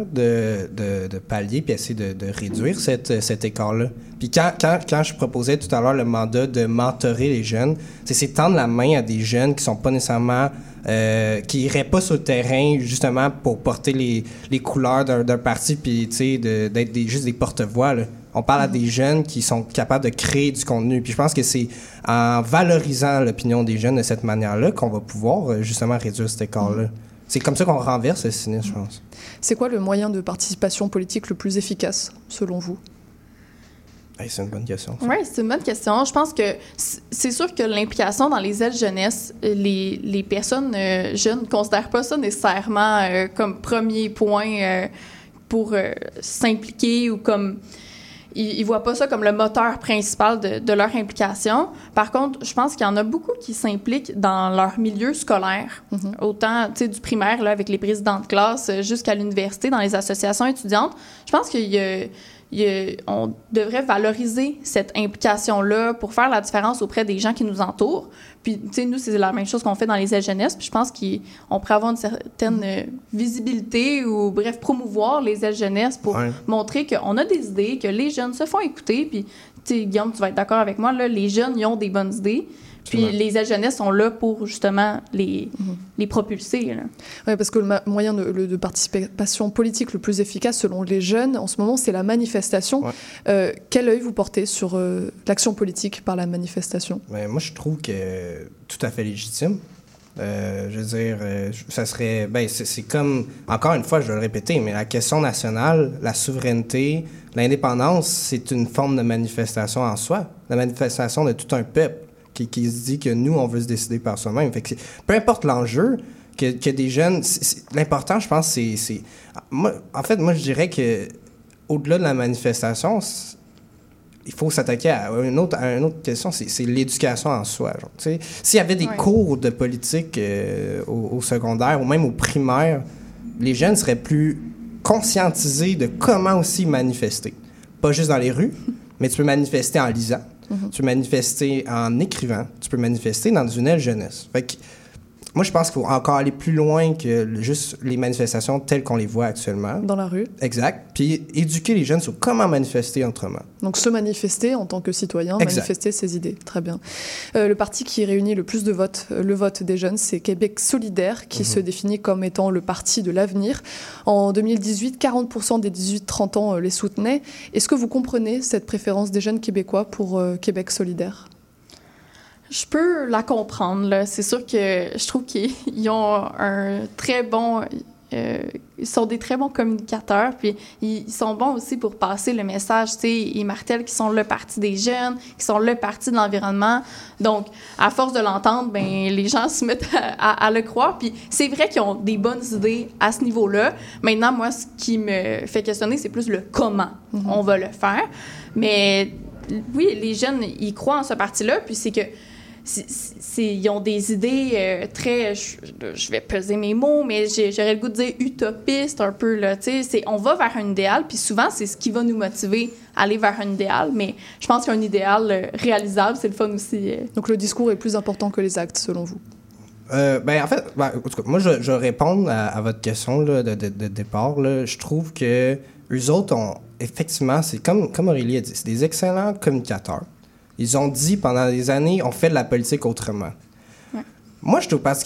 de pallier puis essayer de réduire cet écart-là. Puis quand je proposais tout à l'heure le mandat de mentorer les jeunes, c'est tendre la main à des jeunes qui sont pas nécessairement... qui iraient pas sur le terrain, justement, pour porter les couleurs d'un parti puis, tu sais, d'être juste des porte-voix, là. On parle à des jeunes qui sont capables de créer du contenu. Puis je pense que c'est en valorisant l'opinion des jeunes de cette manière-là qu'on va pouvoir, justement, réduire cet écart-là. C'est comme ça qu'on renverse le cynisme, je pense. C'est quoi le moyen de participation politique le plus efficace, selon vous? C'est une bonne question. Oui, c'est une bonne question. Je pense que c'est sûr que l'implication dans les ailes jeunesse, les personnes jeunes ne considèrent pas ça nécessairement comme premier point pour s'impliquer ou comme... Ils ne voient pas ça comme le moteur principal de leur implication. Par contre, je pense qu'il y en a beaucoup qui s'impliquent dans leur milieu scolaire. Autant, tu sais, du primaire, là, avec les présidents de classe, jusqu'à l'université, dans les associations étudiantes. Je pense qu'on devrait valoriser cette implication-là pour faire la différence auprès des gens qui nous entourent. Puis, tu sais, nous, c'est la même chose qu'on fait dans les ailes jeunesse. Puis je pense qu'on pourrait avoir une certaine visibilité ou, bref, promouvoir les ailes jeunesse pour montrer qu'on a des idées, que les jeunes se font écouter. Puis, tu sais, Guillaume, tu vas être d'accord avec moi, là, les jeunes, ils ont des bonnes idées. Puis les ailes jeunesse sont là pour, justement, les propulser. Oui, parce que le moyen de participation politique le plus efficace, selon les jeunes, en ce moment, c'est la manifestation. Quel œil vous portez sur l'action politique par la manifestation? Moi, je trouve que tout à fait légitime. Je veux dire, ça serait... c'est comme... Encore une fois, je vais le répéter, mais la question nationale, la souveraineté, l'indépendance, c'est une forme de manifestation en soi. La manifestation de tout un peuple qui se dit que nous, on veut se décider par soi-même. Fait que peu importe l'enjeu, que des jeunes... l'important, je pense, c'est... Moi, je dirais que au-delà de la manifestation, il faut s'attaquer à une autre question, c'est l'éducation en soi. S'il y avait des cours de politique au secondaire ou même au primaire, les jeunes seraient plus conscientisés de comment aussi manifester. Pas juste dans les rues, mais tu peux manifester en lisant. Tu peux manifester en écrivant, tu peux manifester dans une aile jeunesse. Fait que, moi, je pense qu'il faut encore aller plus loin que juste les manifestations telles qu'on les voit actuellement. Dans la rue. Exact. Puis éduquer les jeunes sur comment manifester autrement. Donc se manifester en tant que citoyen, manifester ses idées. Très bien. Le parti qui réunit le plus de votes, le vote des jeunes, c'est Québec solidaire, qui se définit comme étant le parti de l'avenir. En 2018, 40% des 18-30 ans les soutenaient. Est-ce que vous comprenez cette préférence des jeunes québécois pour Québec solidaire? Je peux la comprendre, là. C'est sûr que je trouve qu'ils ont un très bon ils sont des très bons communicateurs, puis ils sont bons aussi pour passer le message. Tu sais, ils martèlent qu'ils sont le parti des jeunes, qu'ils sont le parti de l'environnement. Donc, à force de l'entendre, ben les gens se mettent à le croire. Puis c'est vrai qu'ils ont des bonnes idées à ce niveau-là. Maintenant, moi, ce qui me fait questionner, c'est plus le comment on va le faire. Mais oui, les jeunes, ils croient en ce parti-là, puis c'est que ils ont des idées très, je vais peser mes mots, mais j'aurais le goût de dire utopistes un peu, là, tu sais, on va vers un idéal, puis souvent, c'est ce qui va nous motiver à aller vers un idéal, mais je pense qu'un idéal réalisable, c'est le fun aussi. Donc le discours est plus important que les actes, selon vous? En fait, en tout cas, moi, je vais répondre à votre question là, de départ. Là. Je trouve que eux autres ont, effectivement, c'est comme Aurélie a dit, c'est des excellents communicateurs. Ils ont dit pendant des années, on fait de la politique autrement. Ouais. Moi, je trouve parce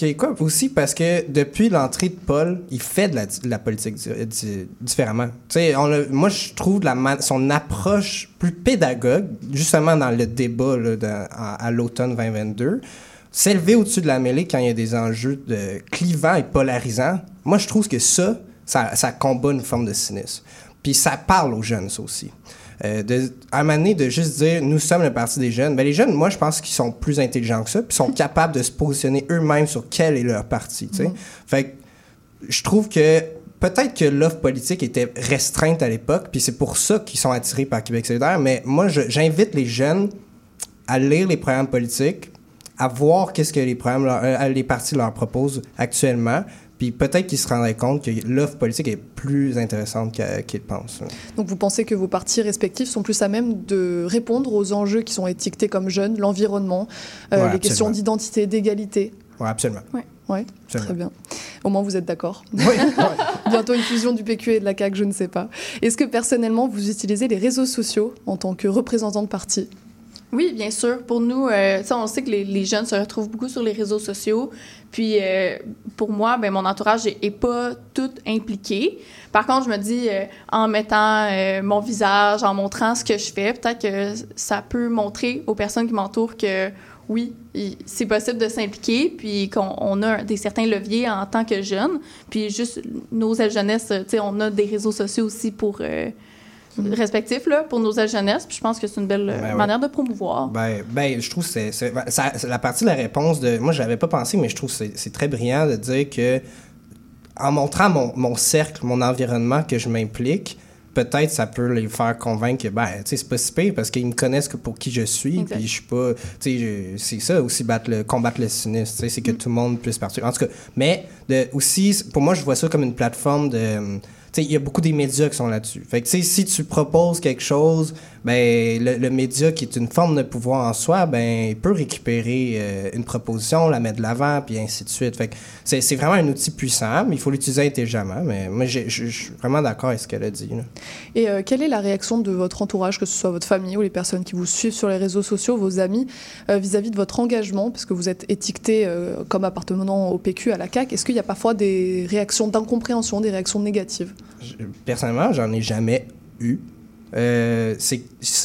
que depuis l'entrée de Paul, il fait de la politique différemment. Moi, je trouve son approche plus pédagogue, justement dans le débat là, à l'automne 2022, s'élever au-dessus de la mêlée quand il y a des enjeux clivants et polarisants. Moi, je trouve que ça combat une forme de cynisme. Puis ça parle aux jeunes, ça aussi. À un moment donné, de juste dire « nous sommes le parti des jeunes », les jeunes, moi, je pense qu'ils sont plus intelligents que ça, puis sont capables de se positionner eux-mêmes sur quel est leur parti. Fait que je trouve que peut-être que l'offre politique était restreinte à l'époque, puis c'est pour ça qu'ils sont attirés par Québec solidaire, mais moi, j'invite les jeunes à lire les programmes politiques, à voir qu'est-ce que les partis leur proposent actuellement, puis peut-être qu'ils se rendraient compte que l'offre politique est plus intéressante qu'ils pensent. Donc vous pensez que vos partis respectifs sont plus à même de répondre aux enjeux qui sont étiquetés comme jeunes, l'environnement, les questions d'identité, d'égalité? Oui, absolument. Oui, très bien. Au moins, vous êtes d'accord. Oui. Bientôt une fusion du PQ et de la CAQ, je ne sais pas. Est-ce que personnellement, vous utilisez les réseaux sociaux en tant que représentant de parti? Oui, bien sûr. Pour nous, on sait que les jeunes se retrouvent beaucoup sur les réseaux sociaux. Puis, pour moi, mon entourage n'est pas tout impliqué. Par contre, je me dis, en mettant mon visage, en montrant ce que je fais, peut-être que ça peut montrer aux personnes qui m'entourent que, oui, c'est possible de s'impliquer, puis qu'on a certains leviers en tant que jeunes. Puis, juste, nos ailes jeunesse, on a des réseaux sociaux aussi pour... respectifs là, pour nos ailes jeunesse, puis je pense que c'est une belle manière de promouvoir. Je trouve que c'est la partie de la réponse de... Moi, je n'avais pas pensé, mais je trouve que c'est très brillant de dire que en montrant mon cercle, mon environnement, que je m'implique, peut-être ça peut les faire convaincre que c'est pas si pire parce qu'ils me connaissent que pour qui je suis, puis je suis pas... c'est ça aussi, combattre le cynisme, c'est que tout le monde puisse partir. En tout cas, mais aussi, pour moi, je vois ça comme une plateforme de... il y a beaucoup des médias qui sont là-dessus. Fait que, si tu proposes quelque chose, le média, qui est une forme de pouvoir en soi, il peut récupérer une proposition, la mettre de l'avant, puis ainsi de suite. Fait que c'est vraiment un outil puissant, mais il faut l'utiliser intelligemment. Mais moi, je suis vraiment d'accord avec ce qu'elle a dit. Là. Et quelle est la réaction de votre entourage, que ce soit votre famille ou les personnes qui vous suivent sur les réseaux sociaux, vos amis, vis-à-vis de votre engagement, parce que vous êtes étiqueté comme appartenant au PQ, à la CAQ. Est-ce qu'il y a parfois des réactions d'incompréhension, des réactions négatives? Personnellement, j'en ai jamais eu. C'est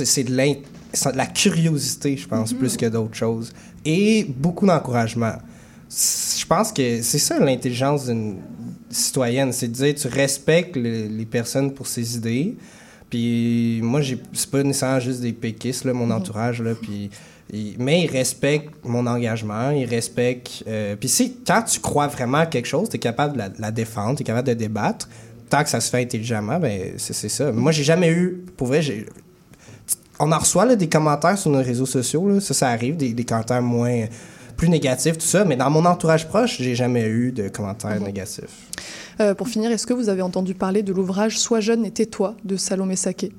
de la curiosité, je pense, plus que d'autres choses. Et beaucoup d'encouragement. Je pense que c'est ça l'intelligence d'une citoyenne, c'est de dire tu respectes les personnes pour ses idées. Puis moi, c'est pas nécessairement juste des péquistes, là, mon entourage, là, mais ils respectent mon engagement, ils respectent... puis quand tu crois vraiment à quelque chose, tu es capable de la défendre, tu es capable de débattre. Tant que ça se fait intelligemment, c'est ça. Moi, j'ai jamais eu... Pour vrai, on en reçoit là, des commentaires sur nos réseaux sociaux. Là. Ça arrive, des commentaires plus négatifs, tout ça. Mais dans mon entourage proche, j'ai jamais eu de commentaires négatifs. Pour finir, est-ce que vous avez entendu parler de l'ouvrage « Sois jeune et tais-toi » de Salomé Saké?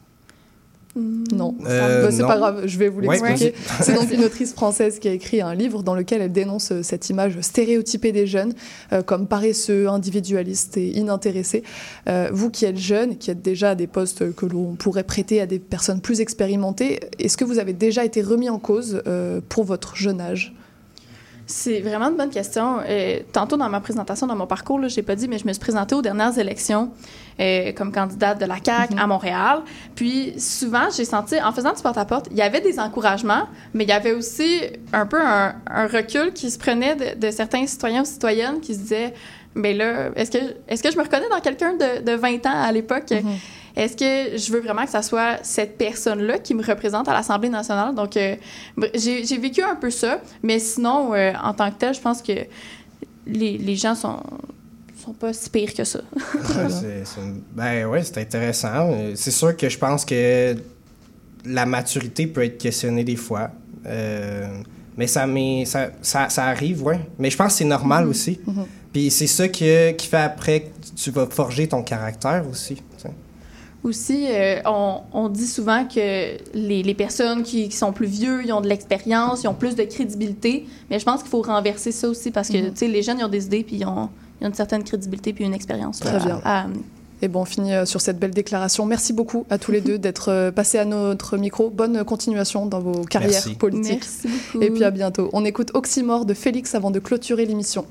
Non, c'est pas grave, je vais vous l'expliquer. C'est donc une autrice française qui a écrit un livre dans lequel elle dénonce cette image stéréotypée des jeunes comme paresseux, individualistes et inintéressés. Vous qui êtes jeune, qui êtes déjà à des postes que l'on pourrait prêter à des personnes plus expérimentées, est-ce que vous avez déjà été remis en cause pour votre jeune âge? C'est vraiment une bonne question. Tantôt, dans ma présentation, dans mon parcours, je n'ai pas dit, mais je me suis présentée aux dernières élections comme candidate de la CAQ à Montréal. Puis souvent, j'ai senti, en faisant du porte-à-porte, il y avait des encouragements, mais il y avait aussi un peu un recul qui se prenait de certains citoyens ou citoyennes qui se disaient, bien là, est-ce que je me reconnais dans quelqu'un de 20 ans à l'époque? Est-ce que je veux vraiment que ça soit cette personne-là qui me représente à l'Assemblée nationale? Donc, j'ai vécu un peu ça, mais sinon, en tant que tel, je pense que les gens sont pas si pires que ça. Ben oui, c'est intéressant. C'est sûr que je pense que la maturité peut être questionnée des fois. Mais ça arrive, oui. Mais je pense que c'est normal aussi. Puis c'est ça qui fait après que tu vas forger ton caractère aussi. T'sais. Aussi, on dit souvent que les personnes qui sont plus vieux, ils ont de l'expérience, ils ont plus de crédibilité, mais je pense qu'il faut renverser ça aussi parce que les jeunes, ils ont des idées puis ils ont une certaine crédibilité puis une expérience Très bien. à amener. Et bon, on finit sur cette belle déclaration. Merci beaucoup à tous les deux d'être passés à notre micro. Bonne continuation dans vos carrières politiques. Merci beaucoup. Et puis à bientôt. On écoute Oxymore de Félix avant de clôturer l'émission.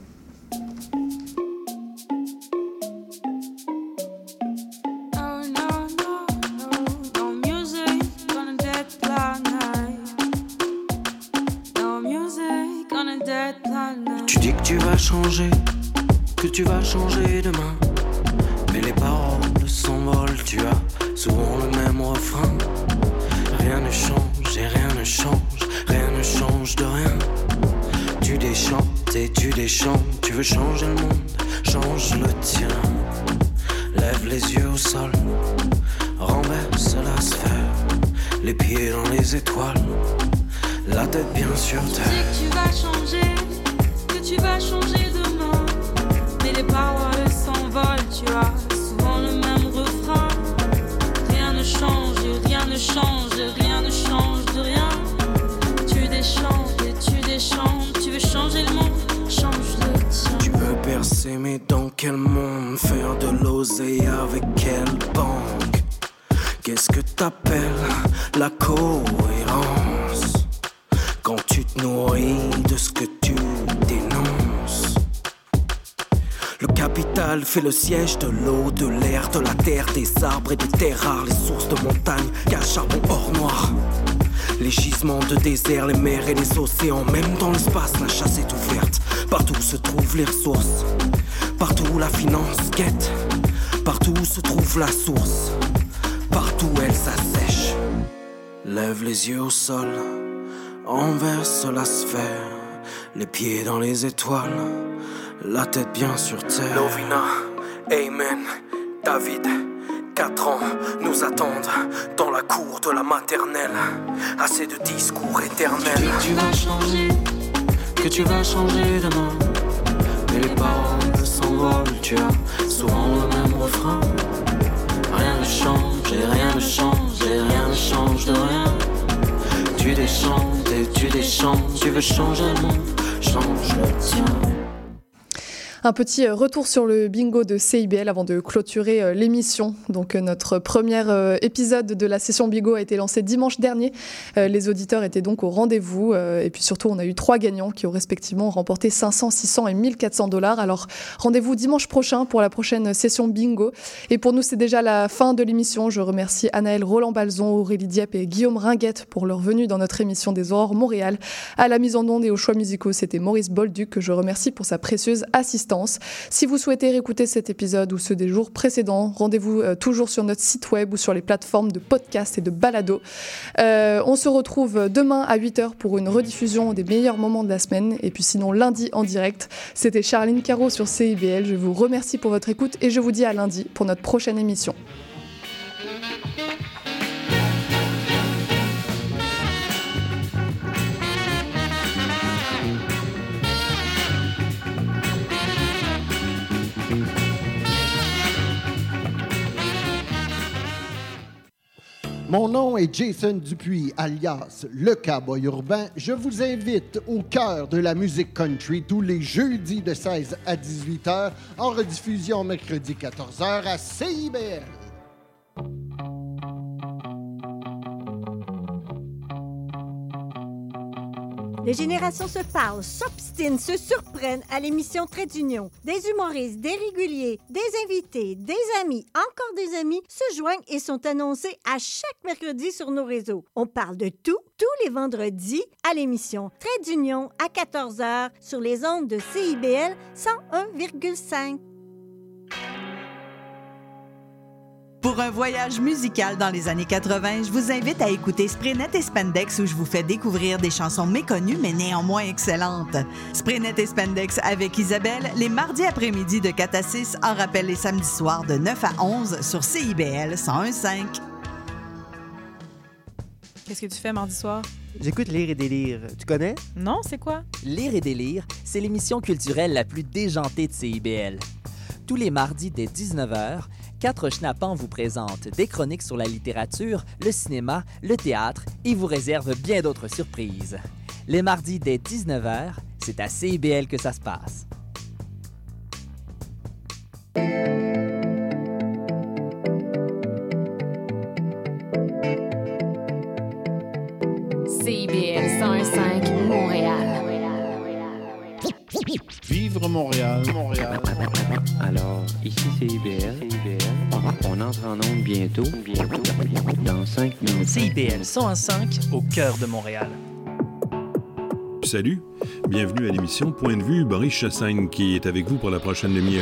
Tu dis que tu vas changer, que tu vas changer demain. Mais les paroles s'envolent, tu as souvent le même refrain. Rien ne change et rien ne change, rien ne change de rien. Tu déchantes et tu déchantes, tu veux changer le monde, change le tien. Lève les yeux au sol, renverse la sphère, les pieds dans les étoiles, la tête bien sur terre. Tu dis que tu vas changer, que tu vas changer demain. Mais les paroles s'envolent, tu as souvent le même refrain. Rien ne change, rien ne change, rien ne change de rien. Tu déchantes et tu déchantes, tu veux changer le monde, change le tien. Tu veux percer, mais dans quel monde? Faire de l'oseille avec quelle banque? Qu'est-ce que t'appelles la cohérence? Quand tu te nourris de ce que tu dénonces. Le capital fait le siège de l'eau, de l'air, de la terre, des arbres et des terres rares, les sources de montagnes, gaz, charbon, or noir. Les gisements de désert, les mers et les océans, même dans l'espace, la chasse est ouverte. Partout se trouvent les ressources, partout où la finance guette, partout où se trouve la source, partout elle s'assèche. Lève les yeux au sol, renverse la sphère, les pieds dans les étoiles, la tête bien sur terre. Lovina, Amen, David, 4 ans nous attendent dans la cour de la maternelle. Assez de discours éternels. Tu dis que tu vas changer, que tu vas changer demain. Mais les paroles s'envolent, tu as souvent le même refrain. Rien ne change et rien ne change et rien ne change de rien. Tu déchantes et tu déchantes, tu veux changer le monde, change le tien. Un petit retour sur le bingo de CIBL avant de clôturer l'émission. Donc notre premier épisode de la session bingo a été lancé dimanche dernier. Les auditeurs étaient donc au rendez-vous. Et puis surtout, on a eu 3 gagnants qui ont respectivement remporté 500, 600 et 1400 $. Alors rendez-vous dimanche prochain pour la prochaine session bingo. Et pour nous, c'est déjà la fin de l'émission. Je remercie Anaëlle Roland-Balzon, Aurélie Dieppe et Guillaume Ringuette pour leur venue dans notre émission des Aurores Montréal. À la mise en onde et aux choix musicaux, c'était Maurice Bolduc que je remercie pour sa précieuse assistance. Si vous souhaitez réécouter cet épisode ou ceux des jours précédents, rendez-vous toujours sur notre site web ou sur les plateformes de podcast et de balado. On se retrouve demain à 8h pour une rediffusion des meilleurs moments de la semaine. Et puis sinon, lundi en direct, c'était Charline Caro sur CIBL. Je vous remercie pour votre écoute et je vous dis à lundi pour notre prochaine émission. Mon nom est Jason Dupuis, alias Le Cowboy Urbain. Je vous invite au cœur de la musique country tous les jeudis de 16 à 18h, en rediffusion mercredi 14h à CIBL. Les générations se parlent, s'obstinent, se surprennent à l'émission Trait d'Union. Des humoristes, des réguliers, des invités, des amis, encore des amis se joignent et sont annoncés à chaque mercredi sur nos réseaux. On parle de tout, tous les vendredis à l'émission Trait d'Union à 14h sur les ondes de CIBL 101,5. Pour un voyage musical dans les années 80, je vous invite à écouter Spraynet et Spandex où je vous fais découvrir des chansons méconnues mais néanmoins excellentes. Spraynet et Spandex avec Isabelle, les mardis après-midi de 4 à 6, en rappel les samedis soirs de 9 à 11 sur CIBL 101.5. Qu'est-ce que tu fais mardi soir? J'écoute Lire et délire. Tu connais? Non, c'est quoi? Lire et délire, c'est l'émission culturelle la plus déjantée de CIBL. Tous les mardis dès 19h, 4 schnappants vous présentent des chroniques sur la littérature, le cinéma, le théâtre et vous réservent bien d'autres surprises. Les mardis dès 19h, c'est à CIBL que ça se passe. CIBL 101.5 Montréal. Vivre Montréal, Montréal. Alors, ici CIBL. On entre en onde bientôt. Dans 5 minutes. CIBL 101.5 au cœur de Montréal. Salut, bienvenue à l'émission Point de vue. Boris Chassagne qui est avec vous pour la prochaine demi-heure.